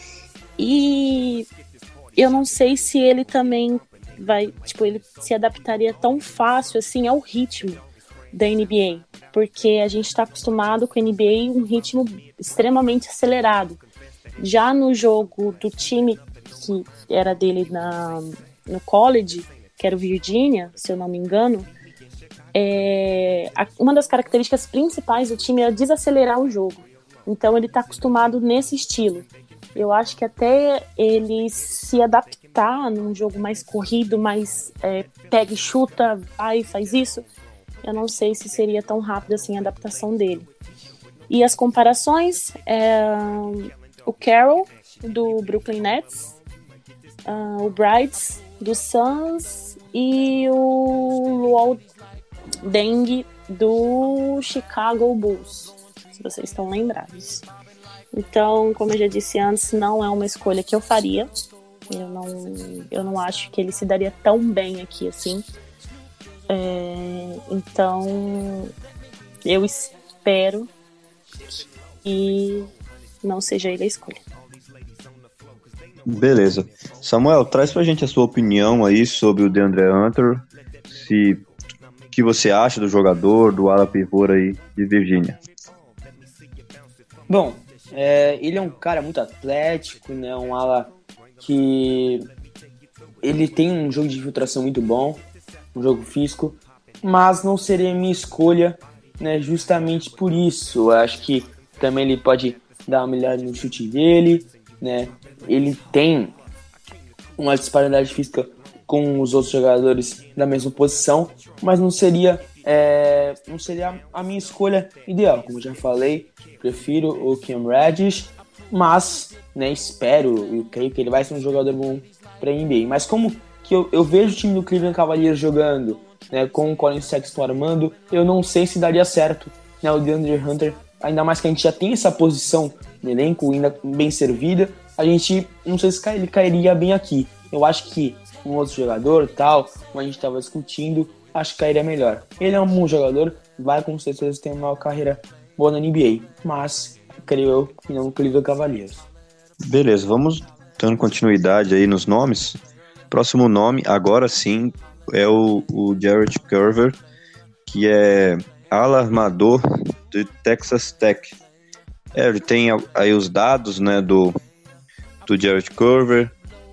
E eu não sei se ele também vai, tipo, ele se adaptaria tão fácil assim ao ritmo da N B A, porque a gente está acostumado com a N B A um ritmo extremamente acelerado. Já no jogo do time que era dele na, no college, que era o Virginia, se eu não me engano, é, a, uma das características principais do time é desacelerar o jogo. Então ele está acostumado nesse estilo. Eu acho que até ele se adaptar num jogo mais corrido, mais é, pega e chuta, vai, faz isso, eu não sei se seria tão rápido assim a adaptação dele. E as comparações, é, o Carroll, do Brooklyn Nets, uh, o Brights, do Suns, e o Luol Deng, do Chicago Bulls, se vocês estão lembrados. Então, como eu já disse antes, não é uma escolha que eu faria. Eu não, eu não acho que ele se daria tão bem aqui assim. É, então, eu espero que não seja ele a escolha. Beleza. Samuel, traz pra gente a sua opinião aí sobre o DeAndre Hunter. Se, o que você acha do jogador, do ala pivô aí de Virgínia? Bom, é, ele é um cara muito atlético, né? Um ala que ele tem um jogo de infiltração muito bom, um jogo físico, mas não seria minha escolha, né? Justamente por isso. Eu acho que também ele pode dar uma melhor no chute dele, né? Ele tem uma disparidade física com os outros jogadores da mesma posição, mas não seria, é, não seria a minha escolha ideal. Como eu já falei, prefiro o Cam Reddish, mas, né, espero e creio que ele vai ser um jogador bom para a N B A. Mas como que eu, eu vejo o time do Cleveland Cavaliers jogando, né, com o Collin Sexton armando, eu não sei se daria certo, né, o DeAndre Hunter, ainda mais que a gente já tem essa posição no elenco ainda bem servida, a gente não sei se ele cairia bem aqui. Eu acho que um outro jogador, tal, como a gente estava discutindo, acho que cairia melhor. Ele é um bom jogador, vai com certeza ter uma carreira boa na N B A, mas creio eu que não no Cleveland Cavaliers. Beleza, vamos dando continuidade aí nos nomes. Próximo nome, agora sim, é o, o Jarrett Culver, que é ala armador do Texas Tech. É, ele tem aí os dados, né, do, do Jarrett Culver.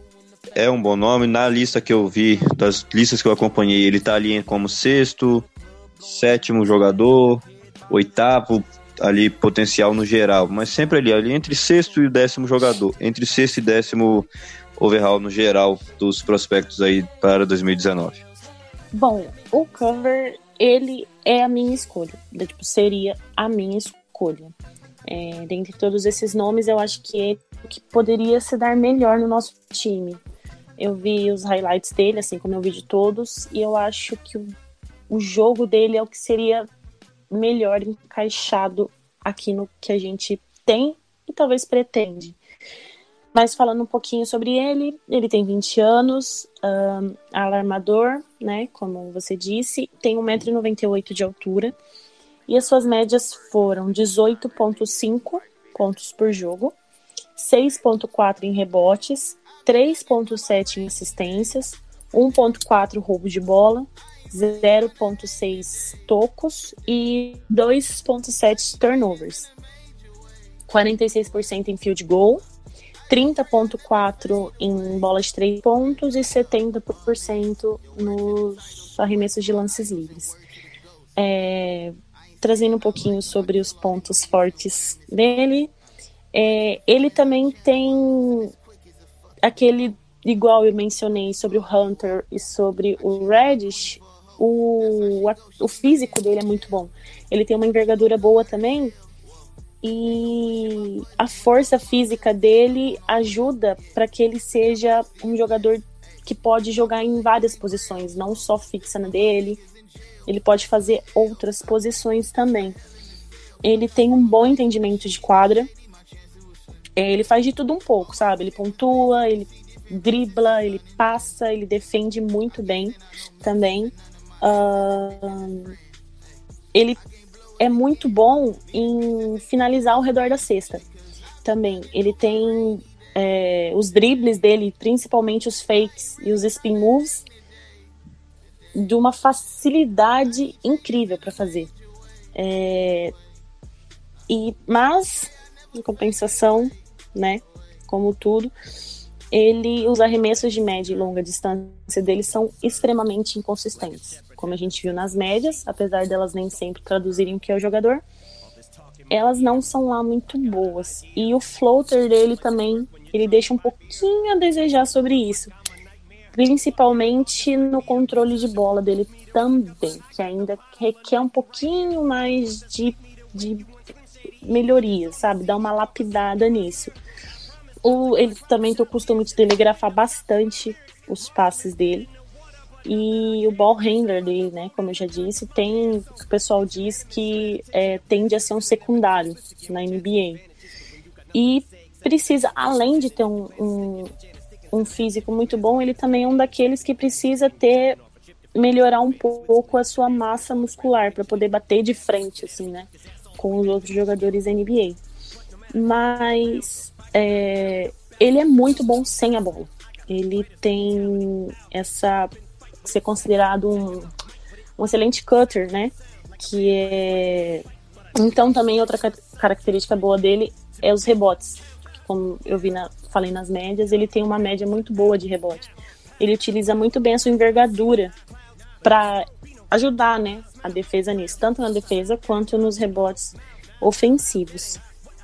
É um bom nome. Na lista que eu vi, das listas que eu acompanhei, ele tá ali como sexto, sétimo jogador, oitavo ali potencial no geral, mas sempre ali, ali entre sexto e décimo jogador, entre sexto e décimo overall no geral dos prospectos aí para dois mil e dezenove. Bom, o Culver, ele é a minha escolha, tipo, seria a minha escolha. É, dentre todos esses nomes, eu acho que ele é o que poderia se dar melhor no nosso time. Eu vi os highlights dele, assim como eu vi de todos, e eu acho que o, o jogo dele é o que seria melhor encaixado aqui no que a gente tem e talvez pretende. Mas falando um pouquinho sobre ele, ele tem vinte anos, um, alarmador, né, como você disse, tem um metro e noventa e oito de altura, e as suas médias foram dezoito vírgula cinco pontos por jogo, seis vírgula quatro em rebotes, três vírgula sete em assistências, um vírgula quatro roubo de bola, zero vírgula seis tocos e dois vírgula sete turnovers. quarenta e seis por cento em field goal, trinta vírgula quatro por cento em bolas de três pontos e setenta por cento nos arremessos de lances livres. É, trazendo um pouquinho sobre os pontos fortes dele, é, ele também tem aquele, igual eu mencionei sobre o Hunter e sobre o Reddish, o, o físico dele é muito bom. Ele tem uma envergadura boa também, e a força física dele ajuda para que ele seja um jogador que pode jogar em várias posições, não só fixa na dele, ele pode fazer outras posições também. Ele tem um bom entendimento de quadra, ele faz de tudo um pouco, sabe? Ele pontua, ele dribla, ele passa, ele defende muito bem também. Uh, ele é muito bom em finalizar ao redor da cesta também. Ele tem é, os dribles dele, principalmente os fakes e os spin moves, de uma facilidade incrível para fazer. É, e, mas, em compensação, né, como tudo, ele, os arremessos de média e longa distância dele são extremamente inconsistentes. Como a gente viu nas médias, apesar delas nem sempre traduzirem o que é o jogador, elas não são lá muito boas. E o floater dele também, ele deixa um pouquinho a desejar sobre isso. Principalmente no controle de bola dele também, que ainda requer um pouquinho mais de, de melhoria, sabe? Dar uma lapidada nisso. O, ele também tem o costume de telegrafar bastante os passes dele. E o ball handler dele, né, como eu já disse, tem, o pessoal diz que é, tende a ser um secundário na N B A. E precisa, além de ter um, um, um físico muito bom, ele também é um daqueles que precisa ter, melhorar um pouco a sua massa muscular para poder bater de frente, assim, né, com os outros jogadores da N B A. Mas é, ele é muito bom sem a bola. Ele tem essa... ser considerado um, um excelente cutter, né? Que é... Então, também outra característica boa dele é os rebotes. Como eu vi na, falei nas médias, ele tem uma média muito boa de rebote. Ele utiliza muito bem a sua envergadura para ajudar, né, a defesa nisso, tanto na defesa quanto nos rebotes ofensivos.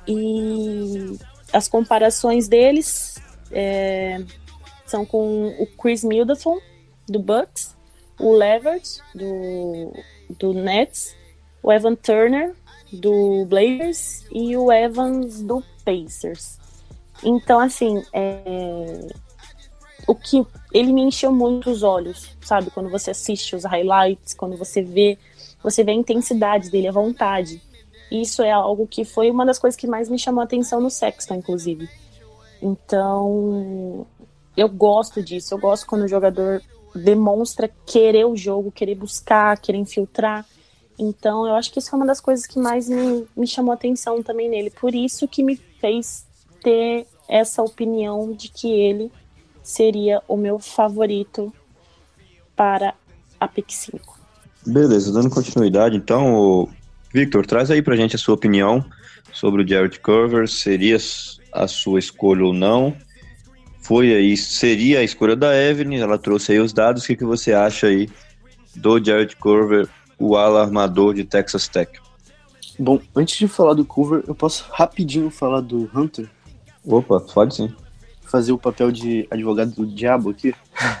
E as comparações deles é, são com o Chris Middleton, do Bucks, o Levert, do, do Nets, o Evan Turner, do Blazers, e o Evans, do Pacers. Então, assim, é, o que ele me encheu muito os olhos, sabe? Quando você assiste os highlights, quando você vê, você vê a intensidade dele, a vontade. Isso é algo que foi uma das coisas que mais me chamou a atenção no Sexton, inclusive. Então, eu gosto disso. Eu gosto quando o jogador demonstra querer o jogo, querer buscar, querer infiltrar. Então eu acho que isso é uma das coisas que mais me, me chamou a atenção também nele, por isso que me fez ter essa opinião de que ele seria o meu favorito para a pick cinco. Beleza, dando continuidade então, Victor, traz aí pra gente a sua opinião sobre o Jarrett Culver. Seria a sua escolha ou não? Foi aí, seria a escolha da Evelyn, ela trouxe aí os dados. O que, que você acha aí do Jarrett Culver, o ala armador de Texas Tech? Bom, antes de falar do Culver, eu posso rapidinho falar do Hunter? Opa, pode sim. Fazer o papel de advogado do diabo aqui.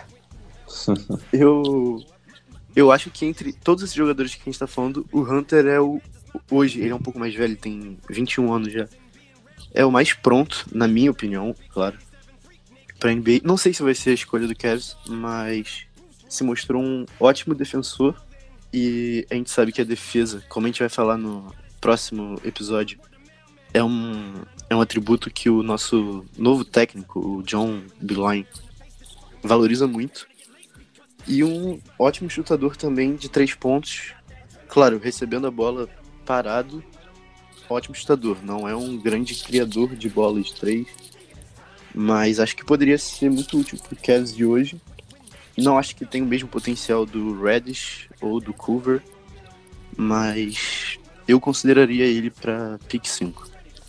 eu, eu acho que entre todos esses jogadores que a gente tá falando, o Hunter é o... Hoje, ele é um pouco mais velho, tem vinte e um anos já. É o mais pronto, na minha opinião, claro, pra N B A. Não sei se vai ser a escolha do Cavs, mas se mostrou um ótimo defensor. E a gente sabe que a defesa, como a gente vai falar no próximo episódio, é um, é um atributo que o nosso novo técnico, o John Beilein, valoriza muito. E um ótimo chutador também de três pontos. Claro, recebendo a bola parado, ótimo chutador. Não é um grande criador de bolas de três, mas acho que poderia ser muito útil pro Cavs de hoje. Não acho que tem o mesmo potencial do Reddish ou do Culver, mas eu consideraria ele para pick cinco.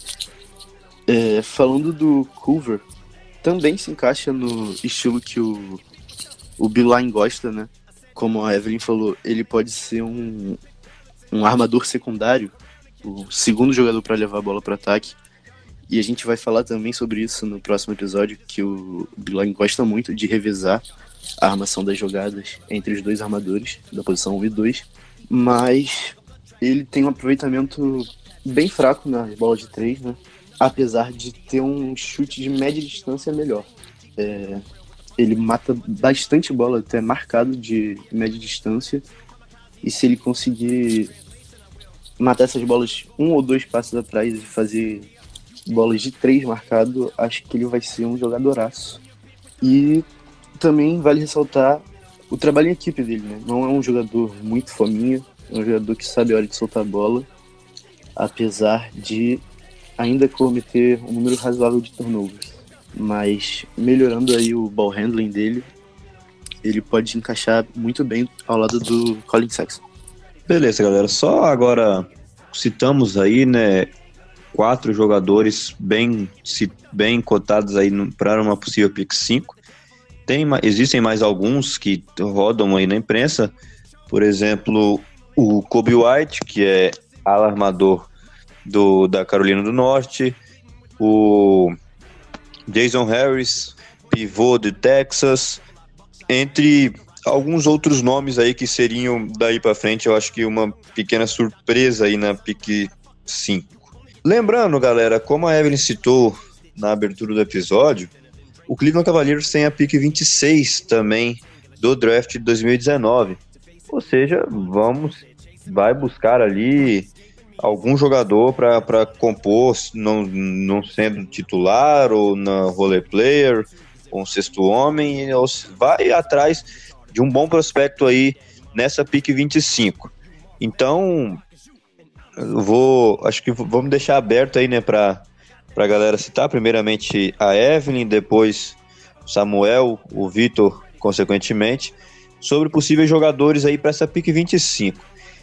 É, falando do Culver, também se encaixa no estilo que o, o Beilein gosta, né? Como a Evelyn falou, ele pode ser um, um armador secundário, o segundo jogador para levar a bola para ataque. E a gente vai falar também sobre isso no próximo episódio, que o Beilein gosta muito de revezar a armação das jogadas entre os dois armadores, da posição um e dois. Mas ele tem um aproveitamento bem fraco nas bolas de três, né? Apesar de ter um chute de média distância melhor. É, ele mata bastante bola, até marcado de média distância. E se ele conseguir matar essas bolas um ou dois passos atrás e fazer bolas de três marcado, acho que ele vai ser um jogadoraço. E também vale ressaltar o trabalho em equipe dele, né? Não é um jogador muito fominha, é um jogador que sabe a hora de soltar a bola, apesar de ainda cometer um número razoável de turnovers. Mas melhorando aí o ball handling dele, ele pode encaixar muito bem ao lado do Colin Sexton. Beleza, galera. Só agora citamos aí, né, quatro jogadores bem, bem cotados aí para uma possível pick cinco. Tem, existem mais alguns que rodam aí na imprensa. Por exemplo, o Kobe White, que é alarmador do, da Carolina do Norte, o Jason Harris, pivô de Texas, entre alguns outros nomes aí que seriam daí para frente, eu acho que uma pequena surpresa aí na pick cinco. Lembrando, galera, como a Evelyn citou na abertura do episódio, o Cleveland Cavaliers tem a pick vinte e seis também do draft de dois mil e dezenove. Ou seja, vamos, vai buscar ali algum jogador para compor, não, não sendo titular ou na role player, ou um sexto homem, ou vai atrás de um bom prospecto aí nessa pick vinte e cinco. Então, eu vou, acho que vamos deixar aberto aí, né, para a galera citar, primeiramente a Evelyn, depois o Samuel, o Vitor, consequentemente, sobre possíveis jogadores aí para essa pick vinte e cinco.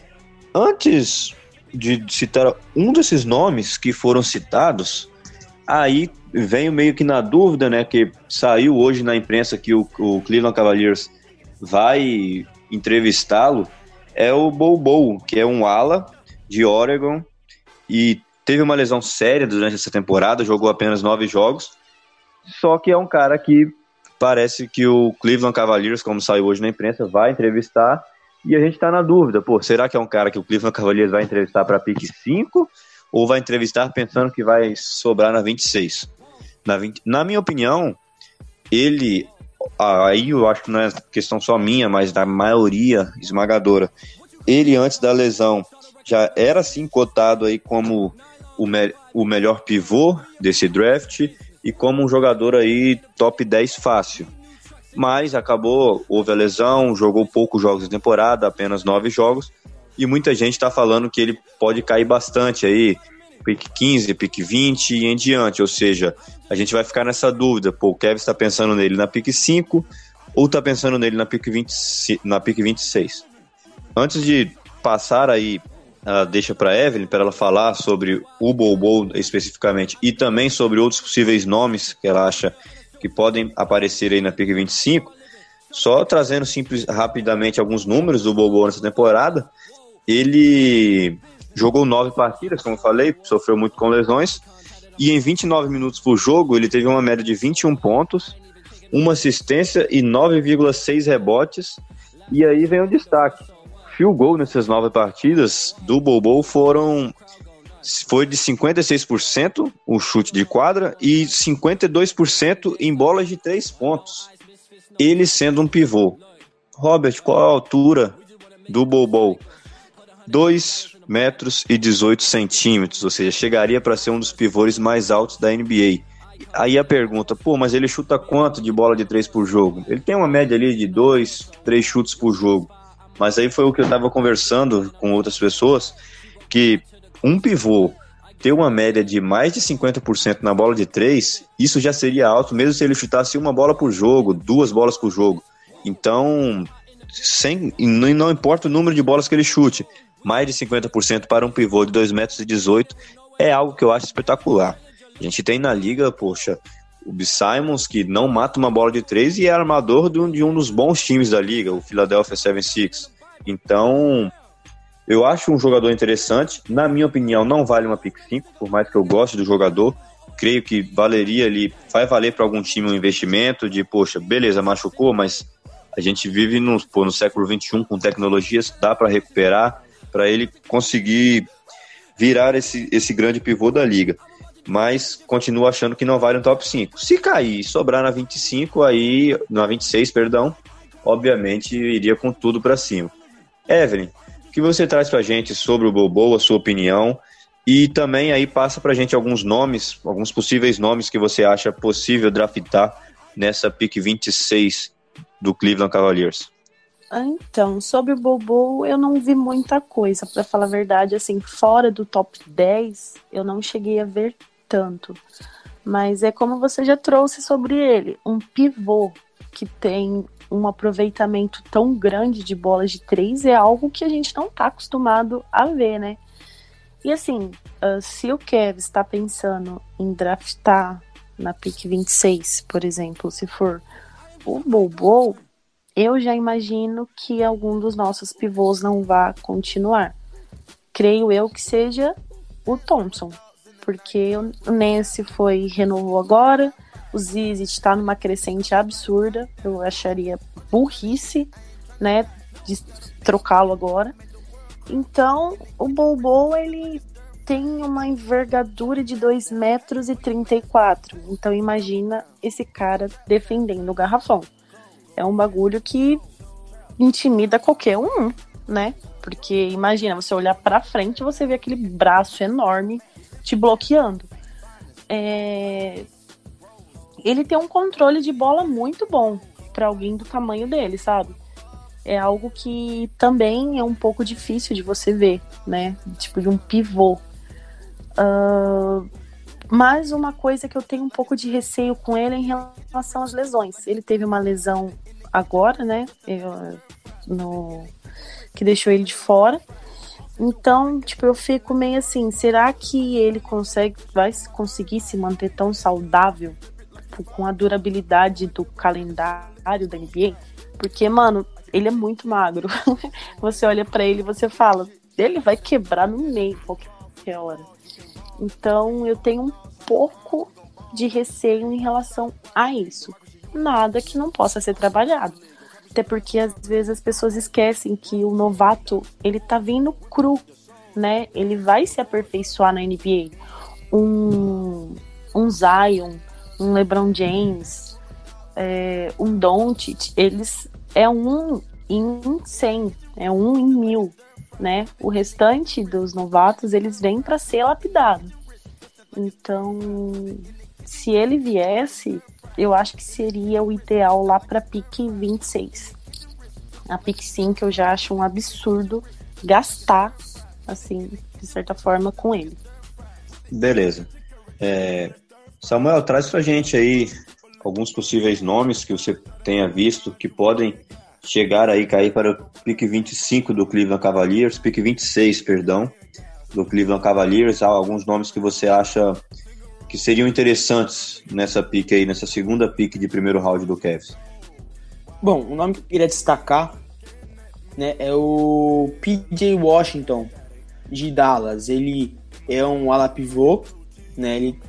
Antes de citar um desses nomes que foram citados, aí venho meio que na dúvida, né, que saiu hoje na imprensa que o, o Cleveland Cavaliers vai entrevistá-lo, é o Bol Bol, que é um ala de Oregon e teve uma lesão séria durante essa temporada, jogou apenas nove jogos, só que é um cara que parece que o Cleveland Cavaliers, como saiu hoje na imprensa, vai entrevistar. E a gente está na dúvida, pô, será que é um cara que o Cleveland Cavaliers vai entrevistar para pick cinco ou vai entrevistar pensando que vai sobrar na vinte e seis? Na, vinte... na minha opinião, ele, aí eu acho que não é questão só minha, mas da maioria esmagadora, ele antes da lesão já era sim cotado aí como o, me... o melhor pivô desse draft e como um jogador aí top dez fácil. Mas acabou, houve a lesão, jogou poucos jogos de temporada, apenas nove jogos, e muita gente está falando que ele pode cair bastante aí, pick quinze, pick vinte e em diante, ou seja, a gente vai ficar nessa dúvida, pô, o Kevin está pensando nele na pick cinco ou está pensando nele na pick vinte, na pick vinte e seis. Antes de passar aí, uh, deixa para Evelyn, para ela falar sobre o Bol Bol especificamente e também sobre outros possíveis nomes que ela acha que podem aparecer aí na pick vinte e cinco, só trazendo simples, rapidamente alguns números do Bol Bol nessa temporada. Ele jogou nove partidas, como eu falei, sofreu muito com lesões, e em vinte e nove minutos por jogo ele teve uma média de vinte e um pontos, uma assistência e nove vírgula seis rebotes, e aí vem o destaque. Field goal nessas nove partidas do Bol Bol foram... foi de cinquenta e seis por cento o chute de quadra e cinquenta e dois por cento em bolas de três pontos. Ele sendo um pivô. Robert, qual a altura do Bol Bol? dois metros e dezoito centímetros, ou seja, chegaria para ser um dos pivôs mais altos da N B A. Aí a pergunta, pô, mas ele chuta quanto de bola de três por jogo? Ele tem uma média ali de dois, três chutes por jogo. Mas aí foi o que eu estava conversando com outras pessoas, que um pivô ter uma média de mais de cinquenta por cento na bola de três, isso já seria alto, mesmo se ele chutasse uma bola por jogo, duas bolas por jogo. Então, sem, e não não importa o número de bolas que ele chute, mais de cinquenta por cento para um pivô de dois metros e dezoito é algo que eu acho espetacular. A gente tem na liga, poxa, o B. Simons, que não mata uma bola de três e é armador de um, de um dos bons times da liga, o Philadelphia setenta e seis. Então, eu acho um jogador interessante. Na minha opinião, não vale uma pick cinco, por mais que eu goste do jogador. Creio que valeria ali, vai valer para algum time um investimento de, poxa, beleza, machucou, mas a gente vive no, pô, no século vinte e um com tecnologias, dá para recuperar, para ele conseguir virar esse, esse grande pivô da liga. Mas continuo achando que não vale um top cinco. Se cair e sobrar na vinte e cinco, aí, na vinte e seis, perdão, obviamente iria com tudo para cima. Evelyn, o que você traz pra gente sobre o Bobo, a sua opinião, e também aí passa pra gente alguns nomes, alguns possíveis nomes que você acha possível draftar nessa pick vinte e seis do Cleveland Cavaliers. Então, sobre o Bobo, eu não vi muita coisa, pra falar a verdade, assim, fora do top dez, eu não cheguei a ver tanto. Mas é como você já trouxe sobre ele, um pivô que tem um aproveitamento tão grande de bolas de três é algo que a gente não tá acostumado a ver, né? E assim, uh, se o Kevs está pensando em draftar na pick vinte e seis, por exemplo, se for o Bobo, eu já imagino que algum dos nossos pivôs não vá continuar. Creio eu que seja o Thompson, porque o Nance foi renovou agora, o Zizi está numa crescente absurda, eu acharia burrice, né, de trocá-lo agora. Então, o Bobo, ele tem uma envergadura de dois metros e trinta e quatro, então imagina esse cara defendendo o garrafão. É um bagulho que intimida qualquer um, né? Porque imagina, você olhar pra frente e você vê aquele braço enorme te bloqueando. É... Ele tem um controle de bola muito bom pra alguém do tamanho dele, sabe? É algo que também é um pouco difícil de você ver, né? Tipo de um pivô. Uh... Mas uma coisa que eu tenho um pouco de receio com ele é em relação às lesões. Ele teve uma lesão agora, né? Eu, no, que deixou ele de fora. Então, tipo, eu fico meio assim, será que ele consegue, vai conseguir se manter tão saudável com a durabilidade do calendário da N B A? Porque, mano, ele é muito magro. Você olha pra ele e você fala, ele vai quebrar no meio qualquer hora. Então, eu tenho um pouco de receio em relação a isso. Nada que não possa ser trabalhado. Até porque, às vezes, as pessoas esquecem que o novato, ele tá vindo cru, né? Ele vai se aperfeiçoar na N B A. Um, um Zion, um LeBron James, é, um Doncic, eles é um em cem, é um em mil, né? O restante dos novatos, eles vêm para ser lapidado. Então, se ele viesse, eu acho que seria o ideal lá para pick vinte e seis. A pick cinco eu já acho um absurdo gastar, assim, de certa forma, com ele. Beleza. É, Samuel, traz pra gente aí alguns possíveis nomes que você tenha visto que podem chegar aí, cair para o pick vinte e cinco do Cleveland Cavaliers, pick vinte e seis, perdão, do Cleveland Cavaliers. Há alguns nomes que você acha que seriam interessantes nessa pick aí, nessa segunda pick de primeiro round do Cavs? Bom, o nome que eu queria destacar, né, é o P J Washington, de Dallas. Ele é um ala pivô, né, ele,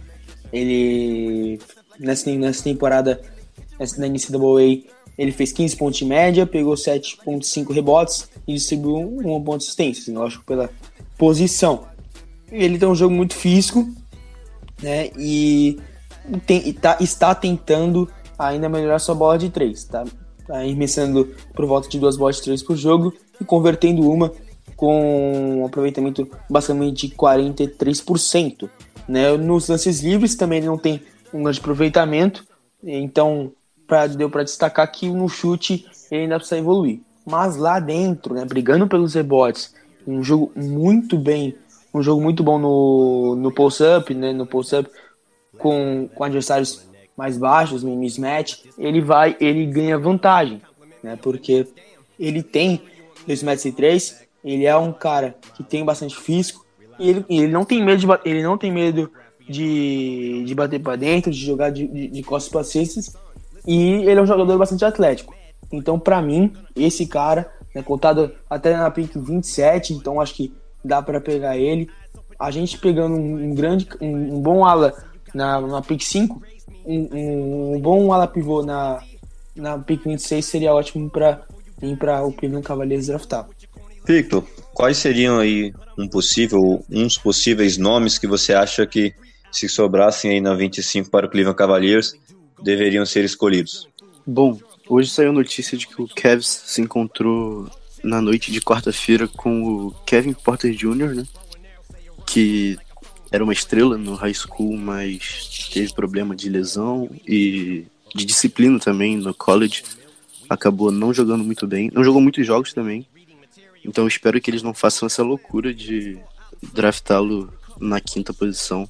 ele nessa, nessa temporada, nessa, na N C A A, ele fez quinze pontos de média, pegou sete vírgula cinco rebotes e distribuiu um ponto de assistência, assim, lógico, pela posição. Ele tem um jogo muito físico, né, e, tem, e tá, está tentando ainda melhorar sua bola de três, tá? Tá arremessando por volta de duas bolas de três por jogo e convertendo uma com um aproveitamento basicamente de quarenta e três por cento, né? Nos lances livres também ele não tem um grande aproveitamento, então pra, deu para destacar que no chute ele ainda precisa evoluir. Mas lá dentro, né, brigando pelos rebotes, um jogo muito bem, um jogo muito bom no, no post-up, né, no post-up com, com adversários mais baixos, no mismatch, ele vai, ele ganha vantagem. né? Porque ele tem dois metros e três, ele é um cara que tem bastante físico e ele, e ele não tem medo de ele não tem medo de, de bater para dentro, de jogar de, de, de costas para cestas, e ele é um jogador bastante atlético. Então, para mim, esse cara, né, contado até na pick vinte e sete, então acho que dá para pegar ele. A gente pegando um, um grande, um, um bom ala na, na pick cinco, um, um, um bom ala pivô na, na pick vinte e seis seria ótimo para ir para o Cleveland Cavaliers draftar. Victor, quais seriam aí um possível, uns possíveis nomes que você acha que, se sobrassem aí na vinte e cinco para o Cleveland Cavaliers, deveriam ser escolhidos? Bom, hoje saiu notícia de que o Cavs se encontrou na noite de quarta-feira com o Kevin Porter Júnior, né? Que era uma estrela no high school, mas teve problema de lesão e de disciplina também no college. Acabou não jogando muito bem. Não jogou muitos jogos também. Então eu espero que eles não façam essa loucura de draftá-lo na quinta posição.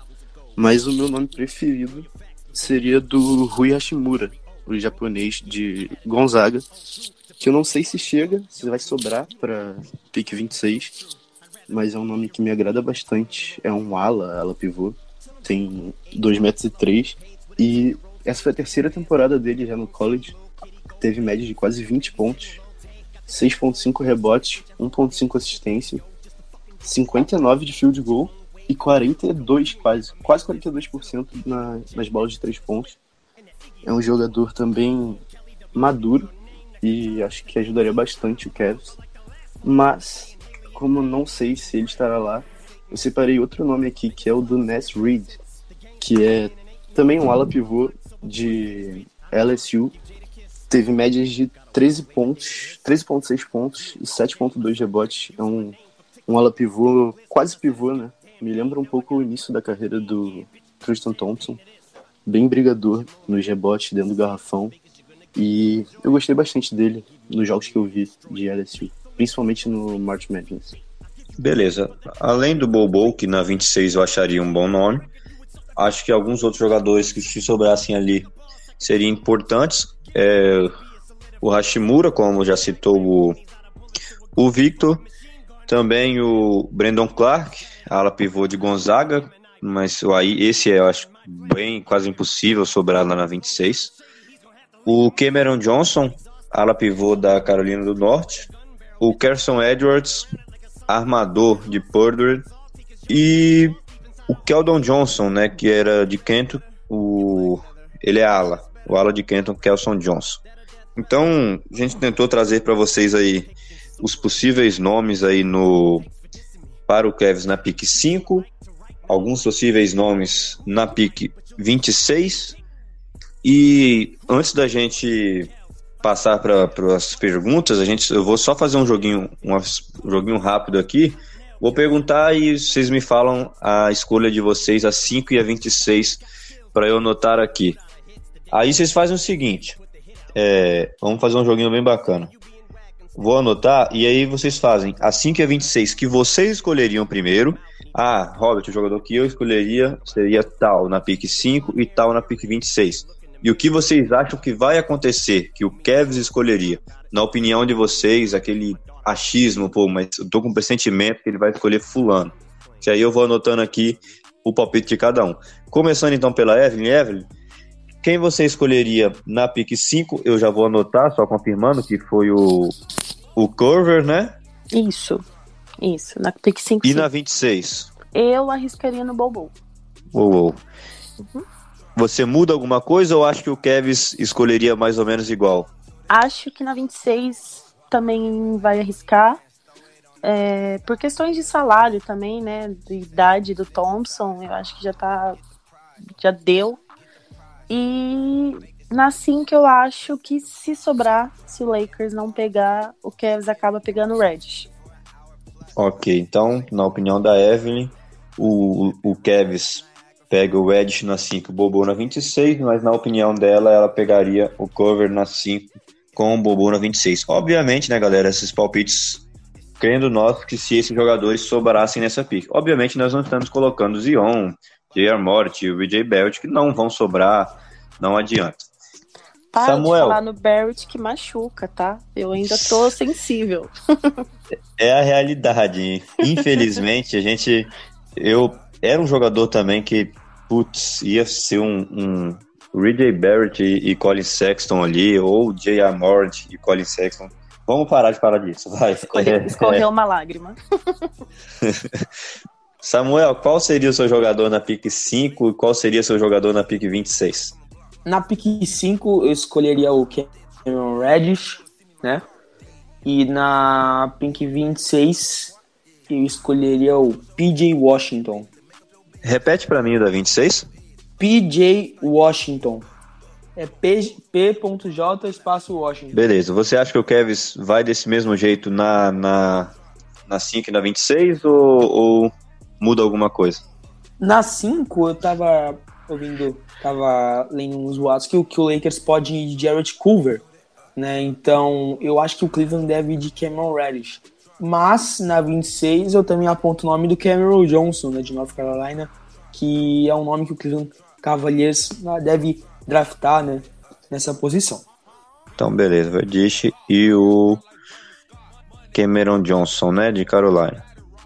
Mas o meu nome preferido seria do Rui Hashimura, o japonês de Gonzaga, que eu não sei se chega, se vai sobrar para pick vinte e seis, mas é um nome que me agrada bastante. É um ala, ala pivô, tem dois metros e três, e essa foi a terceira temporada dele já no college. Teve média de quase vinte pontos, seis vírgula cinco rebotes, um vírgula cinco assistência, cinquenta e nove de field goal e quarenta e dois, quase, quase quarenta e dois por cento na, nas bolas de três pontos. É um jogador também maduro e acho que ajudaria bastante o Cavs. Mas, como não sei se ele estará lá, eu separei outro nome aqui, que é o do Ness Reid, que é também um ala pivô de L S U. Teve médias de treze pontos, treze vírgula seis pontos e sete vírgula dois rebotes. É um, um ala pivô, quase pivô, né? Me lembra um pouco o início da carreira do Tristan Thompson. Bem brigador nos rebotes dentro do garrafão. E eu gostei bastante dele nos jogos que eu vi de L S U, principalmente no March Madness. Beleza. Além do Bobo, que na vinte e seis eu acharia um bom nome, acho que alguns outros jogadores que se sobrassem ali seriam importantes. É, o Hashimura, como já citou o, o Victor, também o Brandon Clark, ala pivô de Gonzaga, mas aí esse é, eu acho, bem quase impossível sobrar lá na vinte e seis. O Cameron Johnson, ala pivô da Carolina do Norte. O Carson Edwards, armador de Purdue. E o Keldon Johnson, né, que era de Kentucky, o, ele é ala, o ala de Kentucky, Kelson Johnson. Então, a gente tentou trazer para vocês aí os possíveis nomes aí no, para o Cavs na pick cinco, alguns possíveis nomes na pick vinte e seis. E antes da gente passar para as perguntas, a gente, eu vou só fazer um joguinho, um, um joguinho rápido aqui. Vou perguntar e vocês me falam a escolha de vocês, a cinco e a vinte e seis, para eu anotar aqui. Aí vocês fazem o seguinte, é, vamos fazer um joguinho bem bacana. Vou anotar e aí vocês fazem a cinco e a vinte e seis que vocês escolheriam primeiro. Ah, Robert, o jogador que eu escolheria seria tal na pick cinco e tal na pick vinte e seis. E o que vocês acham que vai acontecer, que o Cavs escolheria? Na opinião de vocês, aquele achismo, pô, mas eu tô com um pressentimento que ele vai escolher fulano. Que aí eu vou anotando aqui o palpite de cada um. Começando então pela Evelyn. Evelyn, quem você escolheria na pick cinco? Eu já vou anotar, só confirmando que foi o, o Corver, né? Isso, isso, na pick cinco. E sim. Na vinte e seis? Eu arriscaria no Bobo. Uou. Uhum. Você muda alguma coisa ou acha que o Cavs escolheria mais ou menos igual? Acho que na vinte e seis também vai arriscar. É, por questões de salário também, né? De idade do Thompson, eu acho que já tá. Já deu. E na cinco eu acho que se sobrar, se o Lakers não pegar, o Cavs acaba pegando o Reddish. Ok, então, na opinião da Evelyn, o, o, o Cavs pega o Reddish na cinco, o Bobo na vinte e seis, mas na opinião dela, ela pegaria o Cover na cinco com o Bobo na vinte e seis. Obviamente, né, galera, esses palpites, crendo nós que se esses jogadores sobrassem nessa pick. Obviamente, nós não estamos colocando o Zion, J R. Morant e o B J Belt, que não vão sobrar, não adianta. Para Samuel. de falar no Barrett que machuca, tá? Eu ainda tô sensível. É a realidade. Infelizmente, a gente... Eu era um jogador também que, putz, ia ser um... um R J Barrett e, e Colin Sexton ali, ou J R. Morant e Colin Sexton. Vamos parar de falar disso, vai. Escorreu, É, escorreu é. uma lágrima. Samuel, qual seria o seu jogador na pick cinco e qual seria o seu jogador na pick vinte e seis? Na pick cinco eu escolheria o Cameron Reddish, né? E na pick vinte e seis eu escolheria o P J Washington. Repete pra mim o da vinte e seis. P J Washington. É P J espaço Washington. Beleza, você acha que o Cavs vai desse mesmo jeito na, na, na cinco e na vinte e seis ou, ou muda alguma coisa? Na cinco eu tava ouvindo, tava lendo uns boatos que, que o Lakers pode ir de Jarrett Culver, né? Então eu acho que o Cleveland deve ir de Cameron Reddish. Mas na vinte e seis eu também aponto o nome do Cameron Johnson, né, de North Carolina, que é um nome que o Cleveland Cavaliers deve draftar, né, nessa posição. Então, beleza, Reddish e o Cameron Johnson, né, de Carolina.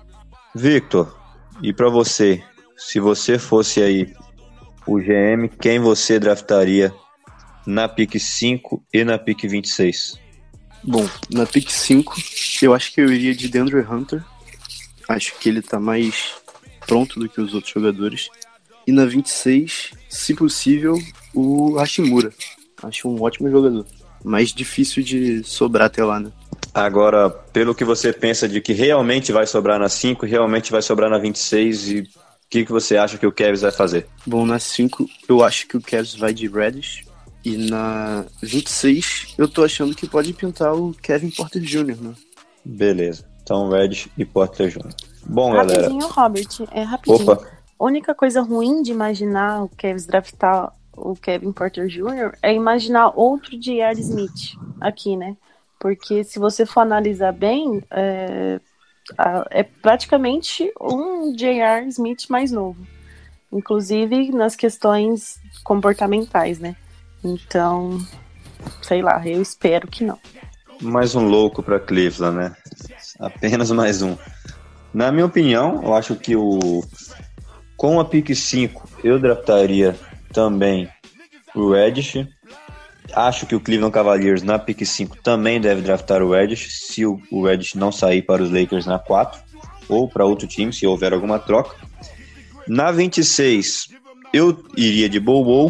Victor, e pra você, se você fosse aí o G M, quem você draftaria na pick cinco e na pick vinte e seis? Bom, na pick cinco, eu acho que eu iria de DeAndre Hunter. Acho que ele tá mais pronto do que os outros jogadores. E na vinte e seis, se possível, o Hashimura. Acho um ótimo jogador. Mais difícil de sobrar até lá, né? Agora, pelo que você pensa de que realmente vai sobrar na cinco, realmente vai sobrar na vinte e seis, e o que, que você acha que o Cavs vai fazer? Bom, na cinco, eu acho que o Cavs vai de Reddish. E na vinte e seis, eu tô achando que pode pintar o Kevin Porter Júnior, né? Beleza. Então, Reddish e Porter Júnior Bom, galera... Rapidinho, Robert. É rapidinho. Opa. A única coisa ruim de imaginar o Cavs draftar o Kevin Porter Júnior é imaginar outro J R. Smith aqui, né? Porque se você for analisar bem, é, é praticamente um J R. Smith mais novo. Inclusive nas questões comportamentais, né? Então, sei lá, eu espero que não. Mais um louco para Cleveland, né? Apenas mais um. Na minha opinião, eu acho que o com a pick cinco eu draftaria também o Reddish. Acho que o Cleveland Cavaliers na pick cinco também deve draftar o Reddish, se o, o Reddish não sair para os Lakers na quatro ou para outro time, se houver alguma troca. Na vinte e seis eu iria de Bobo,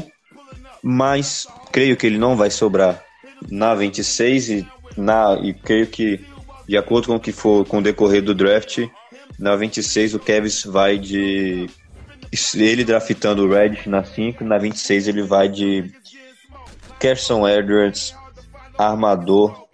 mas creio que ele não vai sobrar na vinte e seis e, na, e creio que, de acordo com o que for com o decorrer do draft, na vinte e seis o Cavs vai de... ele draftando o Reddish na cinco, na vinte e seis ele vai de Carson Edwards, armador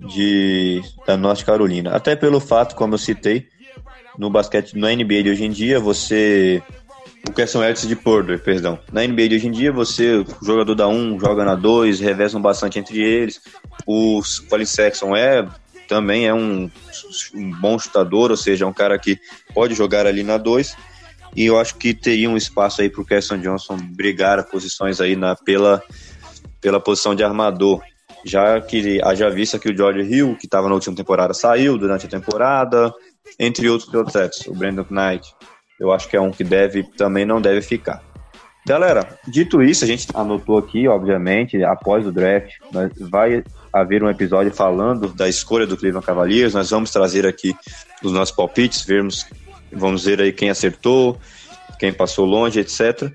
de, da North Carolina. Até pelo fato, como eu citei, no basquete, na N B A de hoje em dia, você... O Carson Edwards de Porter, perdão. Na N B A de hoje em dia, você, o jogador da um, joga na dois, revezam bastante entre eles. O Colin Sexton é, também é um, um bom chutador, ou seja, é um cara que pode jogar ali na dois. E eu acho que teria um espaço aí para o Carson Johnson brigar posições aí na, pela, pela posição de armador. Já que haja vista que o George Hill, que estava na última temporada, saiu durante a temporada, entre outros atletas, o Brandon Knight. Eu acho que é um que deve, também não deve ficar. Galera, dito isso, a gente anotou aqui, obviamente, após o draft, vai haver um episódio falando da escolha do Cleveland Cavaliers. Nós vamos trazer aqui os nossos palpites, vermos, vamos ver aí quem acertou, quem passou longe, etcétera.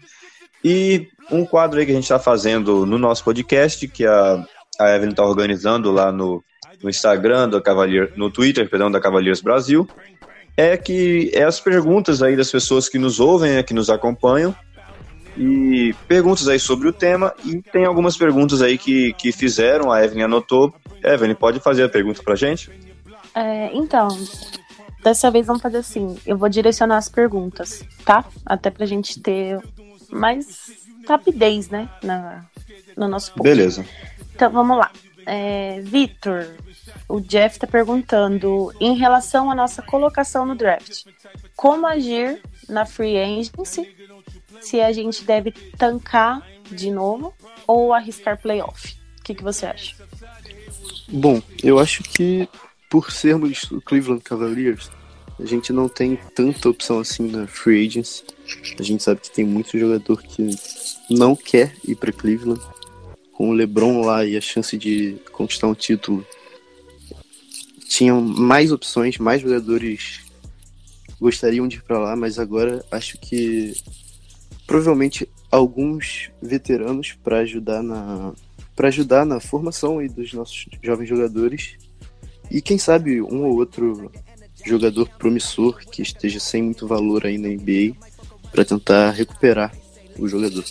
E um quadro aí que a gente está fazendo no nosso podcast, que a, a Evelyn está organizando lá no, no Instagram da Cavaliers, no Twitter, perdão, da Cavaliers Brasil, é que é as perguntas aí das pessoas que nos ouvem, né, que nos acompanham, e perguntas aí sobre o tema, e tem algumas perguntas aí que, que fizeram, a Evelyn anotou. Evelyn, pode fazer a pergunta pra gente? É, então, dessa vez vamos fazer assim, eu vou direcionar as perguntas, tá? Até pra gente ter mais rapidez, né, na, no nosso post. Beleza. Então, vamos lá. É, Vitor, o Jeff tá perguntando em relação à nossa colocação no draft. Como agir na free agency? Se a gente deve tancar de novo ou arriscar playoff? O que, que você acha? Bom, eu acho que por sermos o Cleveland Cavaliers, a gente não tem tanta opção assim na free agency. A gente sabe que tem muito jogador que não quer ir para Cleveland. Com o LeBron lá e a chance de conquistar um título, tinham mais opções, mais jogadores gostariam de ir para lá, mas agora acho que provavelmente alguns veteranos para ajudar na para ajudar na formação aí dos nossos jovens jogadores, e quem sabe um ou outro jogador promissor que esteja sem muito valor aí na N B A para tentar recuperar o jogador.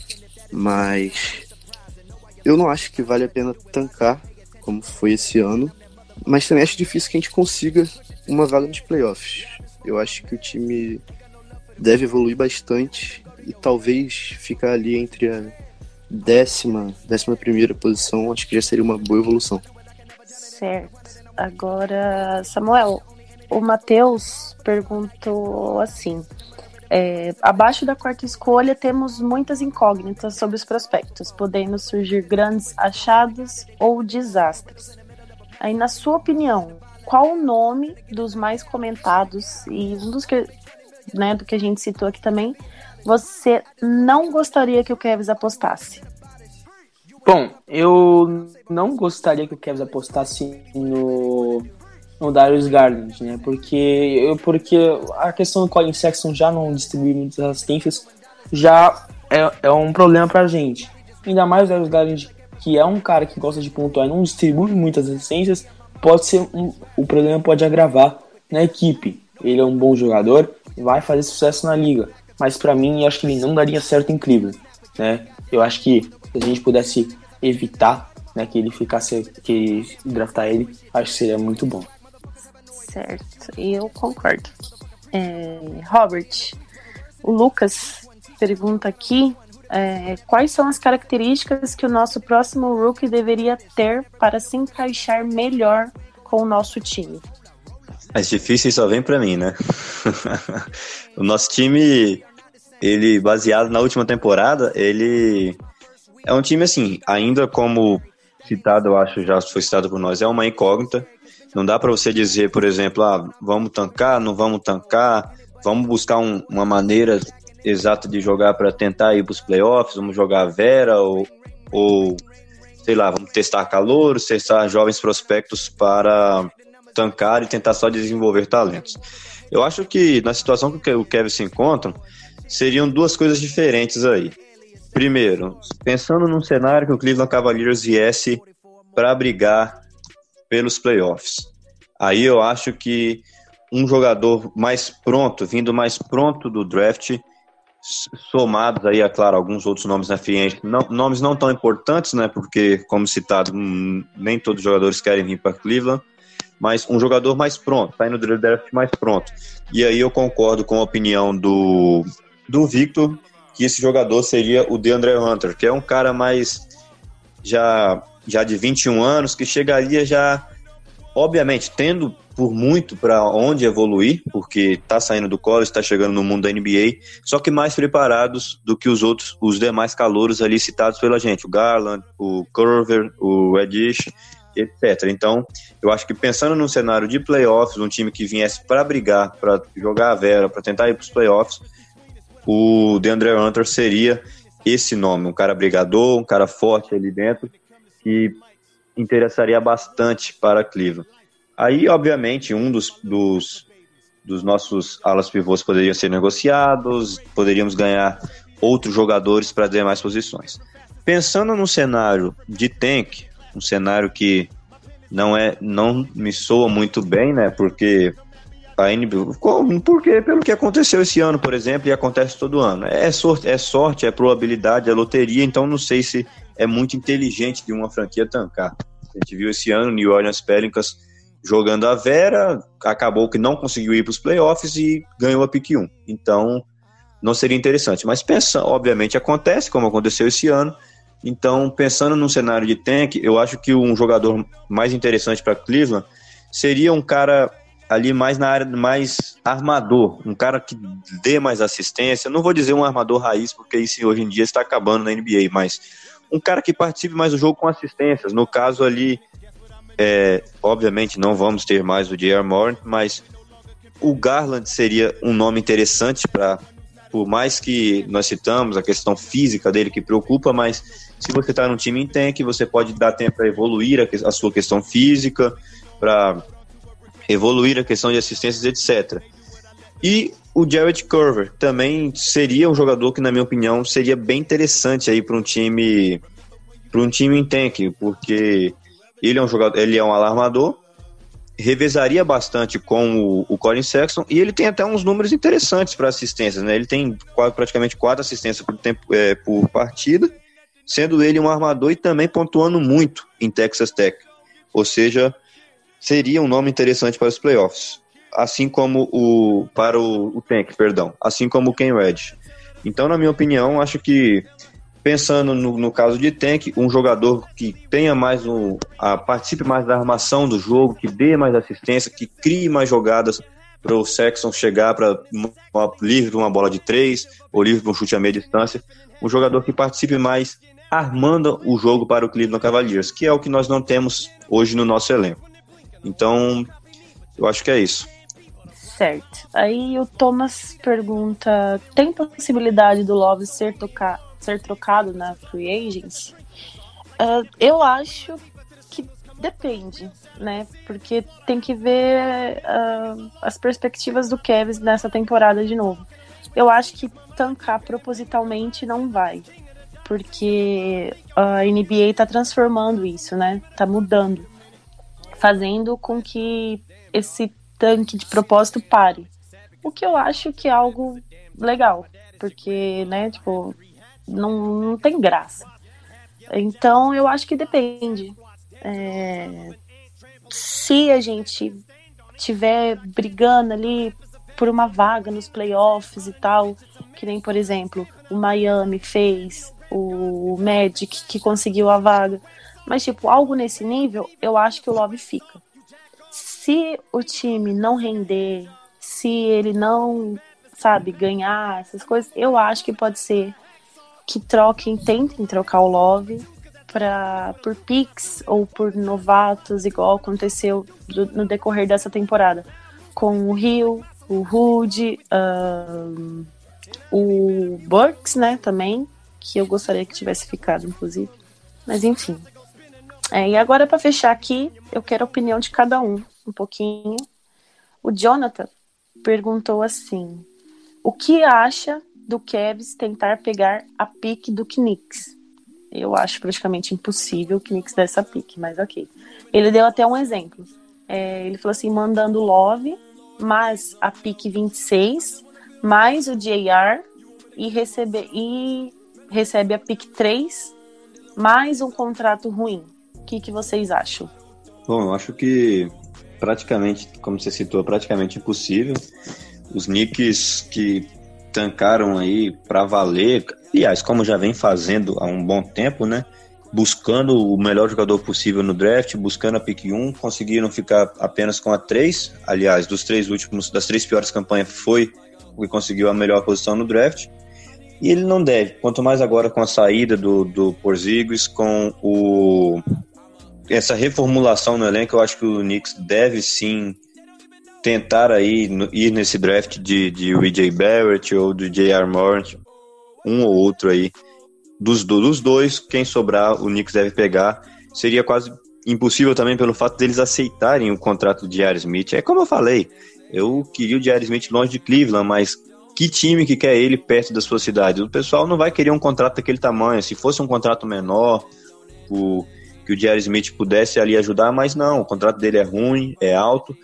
Mas eu não acho que vale a pena tancar como foi esse ano, mas também acho difícil que a gente consiga uma vaga nos playoffs. Eu acho que o time deve evoluir bastante e talvez ficar ali entre a décima, décima primeira posição, acho que já seria uma boa evolução. Certo. Agora, Samuel, o Matheus perguntou assim: é, abaixo da quarta escolha temos muitas incógnitas sobre os prospectos, podendo surgir grandes achados ou desastres. Aí, na sua opinião, qual o nome dos mais comentados e um dos que, né, do que a gente citou aqui também, você não gostaria que o Cavs apostasse? Bom, eu não gostaria que o Cavs apostasse no, no Darius Garland, né? Porque, porque a questão do Colin Sexton já não distribuir muitas assistências já é, é um problema pra gente. Ainda mais o Darius Garland, que é um cara que gosta de pontuar e não distribui muitas assistências, pode ser um, o problema pode agravar na equipe. Ele é um bom jogador, vai fazer sucesso na liga, mas pra mim, eu acho que ele não daria certo em Cleveland, né? Eu acho que se a gente pudesse evitar, né, que ele ficasse, que draftar ele, acho que seria muito bom. Certo, eu concordo. É, Robert, o Lucas pergunta aqui é, quais são as características que o nosso próximo rookie deveria ter para se encaixar melhor com o nosso time? As difíceis só vem pra mim, né? O nosso time, ele, baseado na última temporada, ele é um time, assim, ainda como citado, eu acho, já foi citado por nós, é uma incógnita. Não dá pra você dizer, por exemplo, ah, vamos tancar, não vamos tancar, vamos buscar um, uma maneira exata de jogar para tentar ir pros playoffs, vamos jogar a Vera, ou, ou, sei lá, vamos testar calouros, testar jovens prospectos para tancar e tentar só desenvolver talentos. Eu acho que na situação que o Kevin se encontra, seriam duas coisas diferentes aí. Primeiro, pensando num cenário que o Cleveland Cavaliers viesse para brigar pelos playoffs. Aí eu acho que um jogador mais pronto, vindo mais pronto do draft, somados aí, é claro, alguns outros nomes na free agent, não, nomes não tão importantes, né, porque, como citado, hum, nem todos os jogadores querem vir para Cleveland, mas um jogador mais pronto, tá indo no draft mais pronto. E aí eu concordo com a opinião do, do Victor, que esse jogador seria o DeAndre Hunter, que é um cara mais já, já de vinte e um anos, que chegaria já, obviamente, tendo por muito para onde evoluir, porque tá saindo do college, está chegando no mundo da N B A, só que mais preparados do que os outros, os demais calouros ali citados pela gente, o Garland, o Curver, o Reddish, etcétera. Então, eu acho que pensando num cenário de playoffs, um time que viesse para brigar, para jogar a Vera, para tentar ir para os playoffs, o DeAndre Hunter seria esse nome, um cara brigador, um cara forte ali dentro, que interessaria bastante para Cleveland. Aí, obviamente, um dos, dos, dos nossos alas pivôs poderia ser negociados, poderíamos ganhar outros jogadores para demais posições. Pensando no cenário de tank, um cenário que não, é, não me soa muito bem, né? Porque a N B A, porque pelo que aconteceu esse ano, por exemplo, e acontece todo ano. É sorte, é sorte, é probabilidade, é loteria, então não sei se é muito inteligente de uma franquia tancar. A gente viu esse ano o New Orleans Pelicans jogando a Vera, acabou que não conseguiu ir para os playoffs e ganhou a pick um. Então, não seria interessante. Mas pensando, obviamente acontece, como aconteceu esse ano. Então, pensando num cenário de tank, eu acho que um jogador mais interessante para Cleveland seria um cara ali mais na área, mais armador, um cara que dê mais assistência. Não vou dizer um armador raiz, porque isso hoje em dia está acabando na N B A, mas um cara que participe mais do jogo com assistências. No caso ali, é, obviamente não vamos ter mais o J R. Morant, mas o Garland seria um nome interessante para, por mais que nós citamos a questão física dele que preocupa, mas se você está num time em tank, você pode dar tempo para evoluir a, a sua questão física, para evoluir a questão de assistências, etcétera. E o Jared Culver também seria um jogador que, na minha opinião, seria bem interessante aí para um time, para um time em tank, porque ele é um jogador, ele é um alarmador, revezaria bastante com o, o Colin Sexton, e ele tem até uns números interessantes para assistências, né? Ele tem quase, praticamente quatro assistências por, tempo, é, por partida, sendo ele um armador e também pontuando muito em Texas Tech. Ou seja, seria um nome interessante para os playoffs. Assim como o... para o, o tank, perdão. Assim como o Ken Reddish. Então, na minha opinião, acho que, pensando no, no caso de tank, um jogador que tenha mais um... A, participe mais da armação do jogo, que dê mais assistência, que crie mais jogadas para o Sexton chegar para livre de uma bola de três, ou livre de um chute a meia distância. Um jogador que participe mais armando o jogo para o Cleveland Cavaliers, que é o que nós não temos hoje no nosso elenco. Então, eu acho que é isso. Certo. Aí o Thomas pergunta, tem possibilidade do Love ser, toca- ser trocado na Free Agents? Uh, eu acho que depende, né? Porque tem que ver uh, as perspectivas do Cavs nessa temporada de novo. Eu acho que tancar propositalmente não vai, porque a N B A tá transformando isso, né? Tá mudando, fazendo com que esse tanque de propósito pare. O que eu acho que é algo legal, porque, né, tipo, não, não tem graça. Então, eu acho que depende. É, se a gente tiver brigando ali por uma vaga nos playoffs e tal, que nem, por exemplo, o Miami fez, o Magic que conseguiu a vaga, mas, tipo, algo nesse nível, eu acho que o Love fica. Se o time não render, se ele não, sabe, ganhar essas coisas, eu acho que pode ser que troquem, tentem trocar o Love pra, por picks ou por novatos, igual aconteceu do, no decorrer dessa temporada, com o Hill, o Hood, um, o Burks, né, também, que eu gostaria que tivesse ficado, inclusive. Mas, enfim. É, e agora, para fechar aqui, eu quero a opinião de cada um, um pouquinho. O Jonathan perguntou assim, o que acha do Cavs tentar pegar a pique do Knicks? Eu acho praticamente impossível o Knicks dar essa pique, mas ok. Ele deu até um exemplo. É, ele falou assim, mandando Love, mais a pique vinte e seis, mais o J R, e recebe, e recebe a pique três, mais um contrato ruim. O que, que vocês acham? Bom, eu acho que praticamente, como você citou, praticamente impossível. Os Knicks que tancaram aí para valer, aliás, como já vem fazendo há um bom tempo, né? Buscando o melhor jogador possível no draft, buscando a pick um, conseguiram ficar apenas com a três. Aliás, dos três últimos, das três piores campanhas, foi o que conseguiu a melhor posição no draft. E ele não deve, quanto mais agora com a saída do, do Porzingis, com o, essa reformulação no elenco, eu acho que o Knicks deve sim tentar aí no, ir nesse draft de, de R J Barrett ou do J R. Morant, um ou outro aí. Dos, dos dois, quem sobrar, o Knicks deve pegar. Seria quase impossível também pelo fato deles aceitarem o contrato de J R. Smith. É como eu falei, eu queria o J R. Smith longe de Cleveland, mas que time que quer ele perto da sua cidade? O pessoal não vai querer um contrato daquele tamanho. Se fosse um contrato menor, o, que o J R. Smith pudesse ali ajudar, mas não, o contrato dele é ruim, é alto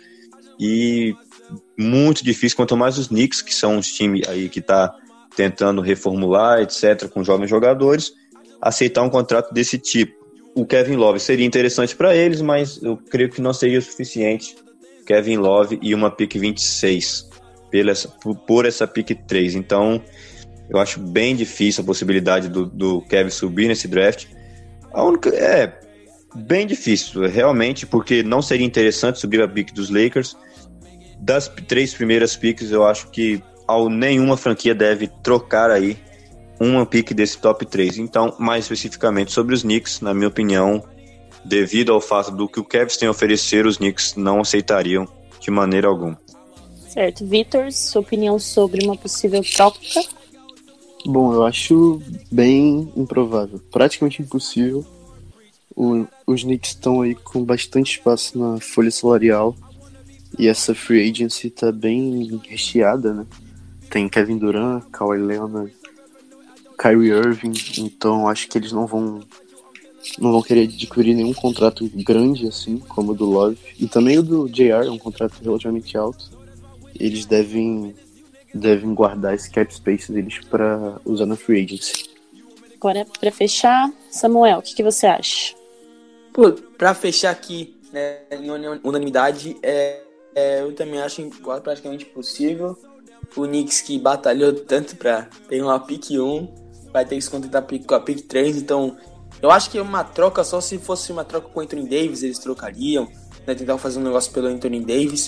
e muito difícil, quanto mais os Knicks, que são os times aí que tá tentando reformular, etcétera, com jovens jogadores, aceitar um contrato desse tipo. O Kevin Love seria interessante para eles, mas eu creio que não seria o suficiente. Kevin Love e uma pick vinte e seis pela essa, por essa pick três. Então, eu acho bem difícil a possibilidade do, do Kevin subir nesse draft. A única, é bem difícil, realmente, porque não seria interessante subir a pick dos Lakers. Das três primeiras picks, eu acho que ao, nenhuma franquia deve trocar aí uma pick desse top três. Então, mais especificamente sobre os Knicks, na minha opinião, devido ao fato do que o Cavs tem a oferecer, os Knicks não aceitariam de maneira alguma. Certo. Vitor, sua opinião sobre uma possível troca? Bom, eu acho bem improvável, praticamente impossível. O, os Knicks estão aí com bastante espaço na folha salarial e essa free agency tá bem recheada, né? Tem Kevin Durant, Kawhi Leonard, Kyrie Irving, então acho que eles não vão não vão querer adquirir nenhum contrato grande assim, como o do Love. E também o do J R é um contrato relativamente alto. Eles devem, devem guardar esse cap space deles para usar na free agency. Agora, para fechar, Samuel, o que, que você acha? Pô, pra fechar aqui, né, em unanimidade, é, é, eu também acho praticamente impossível. O Knicks, que batalhou tanto pra ter uma pick um, vai ter que se contentar com a pick três, então eu acho que uma troca, só se fosse uma troca com o Anthony Davis, eles trocariam, né, tentavam fazer um negócio pelo Anthony Davis,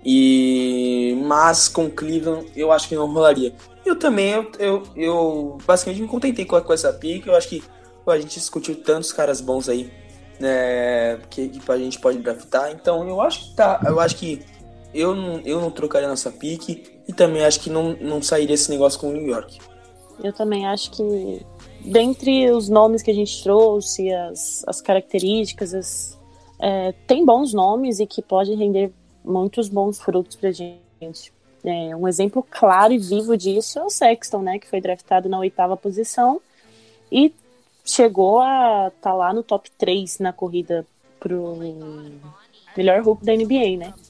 e mas com o Cleveland eu acho que não rolaria. Eu também, eu, eu, eu basicamente me contentei com, com essa pick. Eu acho que pô, a gente discutiu tantos caras bons aí, né, que, que a gente pode draftar, então eu acho que tá, eu acho que eu não, eu não trocaria nossa pick e também acho que não, não sairia esse negócio com o New York. Eu também acho que dentre os nomes que a gente trouxe, as, as características, as, é, tem bons nomes e que podem render muitos bons frutos pra gente. É, um exemplo claro e vivo disso é o Sexton, né, que foi draftado na oitava posição e chegou a estar tá lá no top três na corrida pro melhor hoop da N B A, né?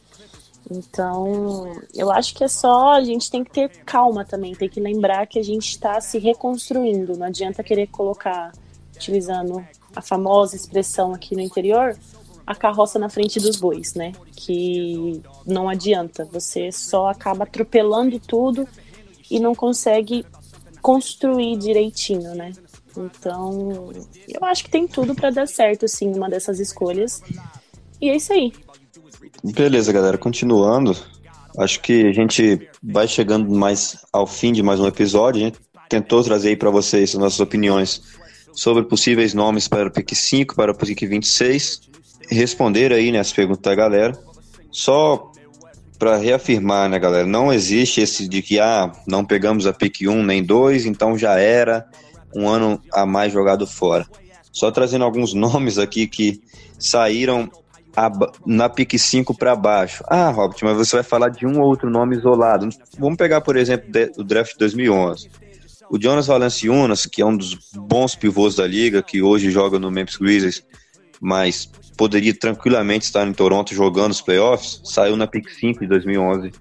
Então, eu acho que é só, a gente tem que ter calma também, tem que lembrar que a gente está se reconstruindo, não adianta querer colocar, utilizando a famosa expressão aqui no interior, a carroça na frente dos bois, né? Que não adianta, você só acaba atropelando tudo e não consegue construir direitinho, né? Então, eu acho que tem tudo para dar certo, sim, uma dessas escolhas. E é isso aí. Beleza, galera. Continuando, acho que a gente vai chegando mais ao fim de mais um episódio. A gente tentou trazer aí para vocês as nossas opiniões sobre possíveis nomes para o pick cinco, para o pick vinte e seis. Responder aí, né, as perguntas da galera. Só para reafirmar, né, galera, não existe esse de que, ah, não pegamos a pick um nem dois, então já era um ano a mais jogado fora. Só trazendo alguns nomes aqui que saíram a, na pick cinco para baixo. Ah, Robert, mas você vai falar de um ou outro nome isolado. Vamos pegar, por exemplo, de, o draft de dois mil e onze. O Jonas Valanciunas, que é um dos bons pivôs da liga, que hoje joga no Memphis Grizzlies, mas poderia tranquilamente estar em Toronto jogando os playoffs, saiu na pick cinco de dois mil e onze.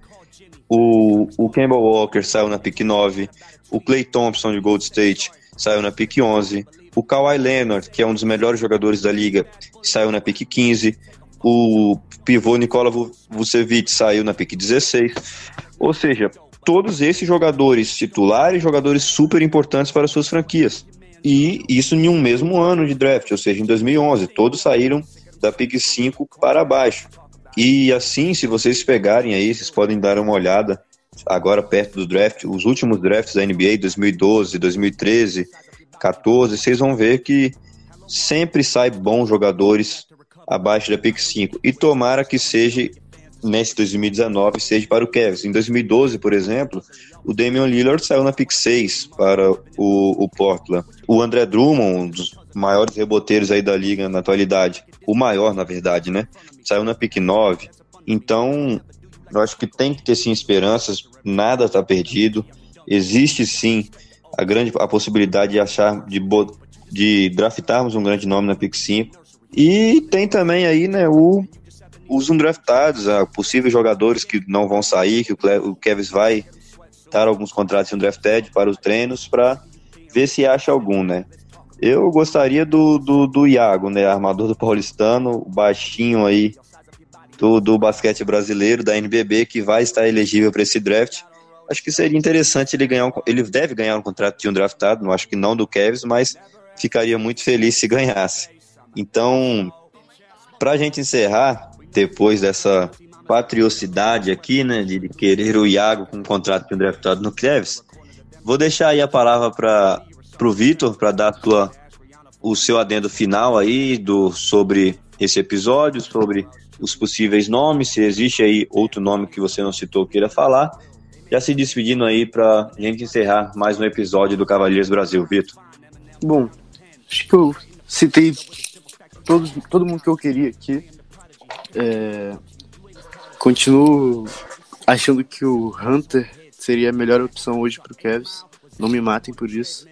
O, o Kemba Walker saiu na pick nove. O Klay Thompson de Gold State saiu na pick onze. O Kawhi Leonard, que é um dos melhores jogadores da liga, saiu na pick quinze. O pivô Nikola Vucevic saiu na pick dezesseis. Ou seja, todos esses jogadores titulares, jogadores super importantes para suas franquias. E isso em um mesmo ano de draft, ou seja, em dois mil e onze. Todos saíram da pick cinco para baixo. E assim, se vocês pegarem aí, vocês podem dar uma olhada agora perto do draft, os últimos drafts da N B A, dois mil e doze, dois mil e treze, catorze, vocês vão ver que sempre sai bons jogadores abaixo da pick cinco. E tomara que seja nesse dois mil e dezenove, seja para o Cavs. Em dois mil e doze, por exemplo, o Damian Lillard saiu na pick seis para o, o Portland. O André Drummond, um dos maiores reboteiros aí da liga na atualidade, o maior, na verdade, né? Saiu na pick nove. Então, eu acho que tem que ter sim esperanças, nada está perdido. Existe sim a grande a possibilidade de achar, de, de draftarmos um grande nome na pick cinco. E tem também aí, né, o, os undraftados, a possíveis jogadores que não vão sair, que o, Cle, o Cavs vai dar alguns contratos undrafted para os treinos para ver se acha algum, né? Eu gostaria do, do, do Iago, né, armador do Paulistano, baixinho aí do, do basquete brasileiro, da N B B, que vai estar elegível para esse draft. Acho que seria interessante ele ganhar um, ele deve ganhar um contrato de undraftado, não acho que não do Cavs, mas ficaria muito feliz se ganhasse. Então, para a gente encerrar, depois dessa patriocidade aqui, né, de querer o Iago com um contrato de undraftado no Cavs, vou deixar aí a palavra para o Vitor, para dar a tua, o seu adendo final aí do, sobre esse episódio, sobre os possíveis nomes, se existe aí outro nome que você não citou queira falar. Já se despedindo aí para a gente encerrar mais um episódio do Cavaleiros Brasil. Vitor. Bom, acho que eu citei todo, todo mundo que eu queria aqui. É, continuo achando que o Hunter seria a melhor opção hoje pro Cavs. Não me matem por isso.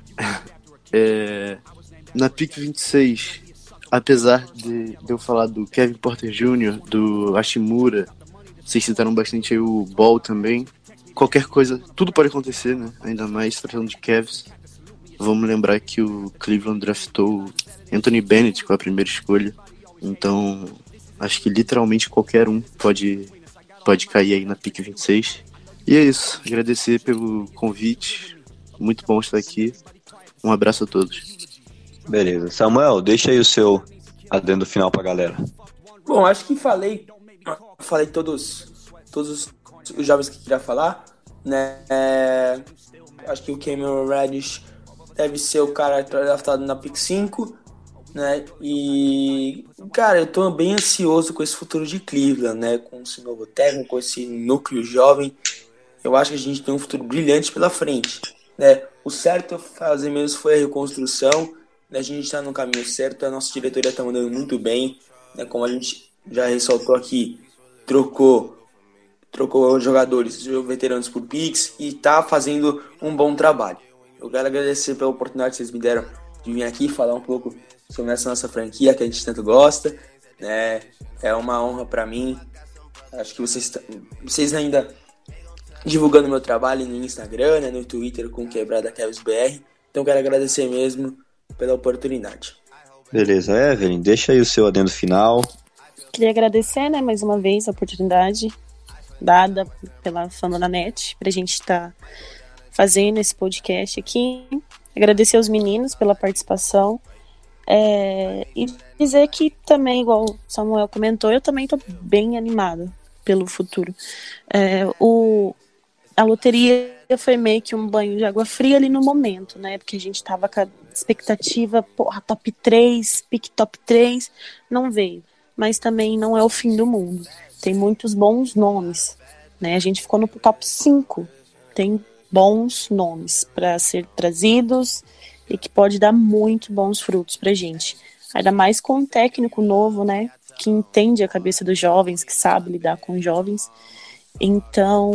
É, na pick vinte e seis, apesar de, de eu falar do Kevin Porter Júnior, do Hashimura, vocês citaram bastante aí o Ball também. Qualquer coisa, tudo pode acontecer, né? Ainda mais tratando de Cavs. Vamos lembrar que o Cleveland draftou Anthony Bennett com a primeira escolha. Então, acho que literalmente qualquer um pode, pode cair aí na pick vinte e seis. E é isso. Agradecer pelo convite. Muito bom estar aqui. Um abraço a todos. Beleza. Samuel, deixa aí o seu adendo final pra galera. Bom, acho que falei falei todos, todos os jovens que queria falar, né? É, acho que o Cameron Reddish deve ser o cara draftado na pick cinco, né? E, cara, eu tô bem ansioso com esse futuro de Cleveland, né? Com esse novo técnico, com esse núcleo jovem. Eu acho que a gente tem um futuro brilhante pela frente, né? O certo a fazer mesmo foi a reconstrução, né? A gente tá no caminho certo, a nossa diretoria tá mandando muito bem, né? Como a gente já ressaltou aqui, trocou trocou jogadores, veteranos por picks e tá fazendo um bom trabalho. Eu quero agradecer pela oportunidade que vocês me deram de vir aqui falar um pouco sobre essa nossa franquia que a gente tanto gosta, né? É uma honra para mim. Acho que vocês, vocês ainda divulgando meu trabalho no Instagram, né, no Twitter com Quebrada Cavs B R. Então quero agradecer mesmo pela oportunidade. Beleza, Evelyn, deixa aí o seu adendo final. Queria agradecer, né, mais uma vez a oportunidade dada pela Fambonanet pra gente estar tá fazendo esse podcast aqui. Agradecer aos meninos pela participação. É, e dizer que também, igual o Samuel comentou, eu também tô bem animada pelo futuro. É, o, a loteria foi meio que um banho de água fria ali no momento, né? Porque a gente tava com a expectativa, porra, top três, pick top três, não veio. Mas também não é o fim do mundo. Tem muitos bons nomes, né? A gente ficou no top cinco. Tem bons nomes para ser trazidos e que pode dar muito bons frutos pra gente. Ainda mais com um técnico novo, né? Que entende a cabeça dos jovens, que sabe lidar com jovens. Então,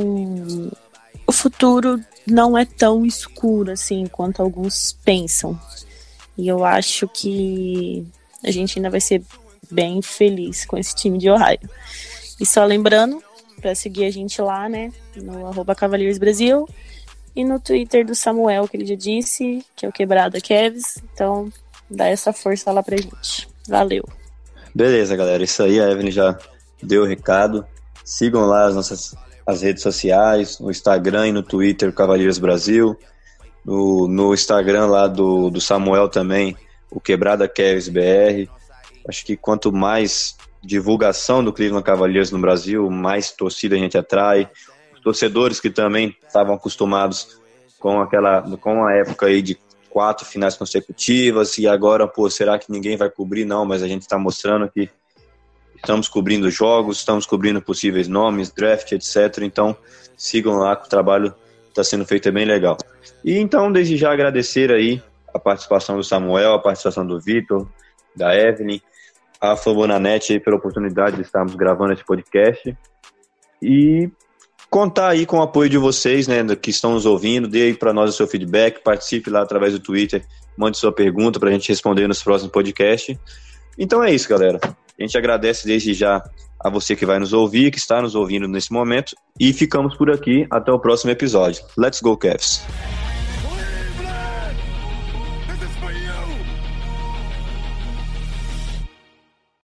o futuro não é tão escuro assim quanto alguns pensam. E eu acho que a gente ainda vai ser bem feliz com esse time de Ohio. E só lembrando, para seguir a gente lá, né, no arroba Cavaleiros Brasil e no Twitter do Samuel, que ele já disse, que é o Quebrada Cavs. Então, dá essa força lá pra gente. Valeu. Beleza, galera. Isso aí, a Evelyn já deu o recado. Sigam lá as nossas as redes sociais, no Instagram e no Twitter, Cavaleiros Brasil. No, no Instagram lá do, do Samuel também, o Quebrada Cavs B R. Acho que quanto mais divulgação do Cleveland Cavaliers no Brasil, mais torcida a gente atrai. Os torcedores que também estavam acostumados com aquela, com a época aí de quatro finais consecutivas e agora, pô, será que ninguém vai cobrir? Não, mas a gente está mostrando que estamos cobrindo jogos, estamos cobrindo possíveis nomes, draft, etcétera. Então, sigam lá que o trabalho está sendo feito, é bem legal. E então, desde já agradecer aí a participação do Samuel, a participação do Vitor, da Evelyn, a Fambonanet aí pela oportunidade de estarmos gravando esse podcast e contar aí com o apoio de vocês, né, que estão nos ouvindo. Dê aí para nós o seu feedback, participe lá através do Twitter, mande sua pergunta para a gente responder nos próximos podcasts. Então é isso, galera. A gente agradece desde já a você que vai nos ouvir, que está nos ouvindo nesse momento, e ficamos por aqui até o próximo episódio. Let's go, Cavs!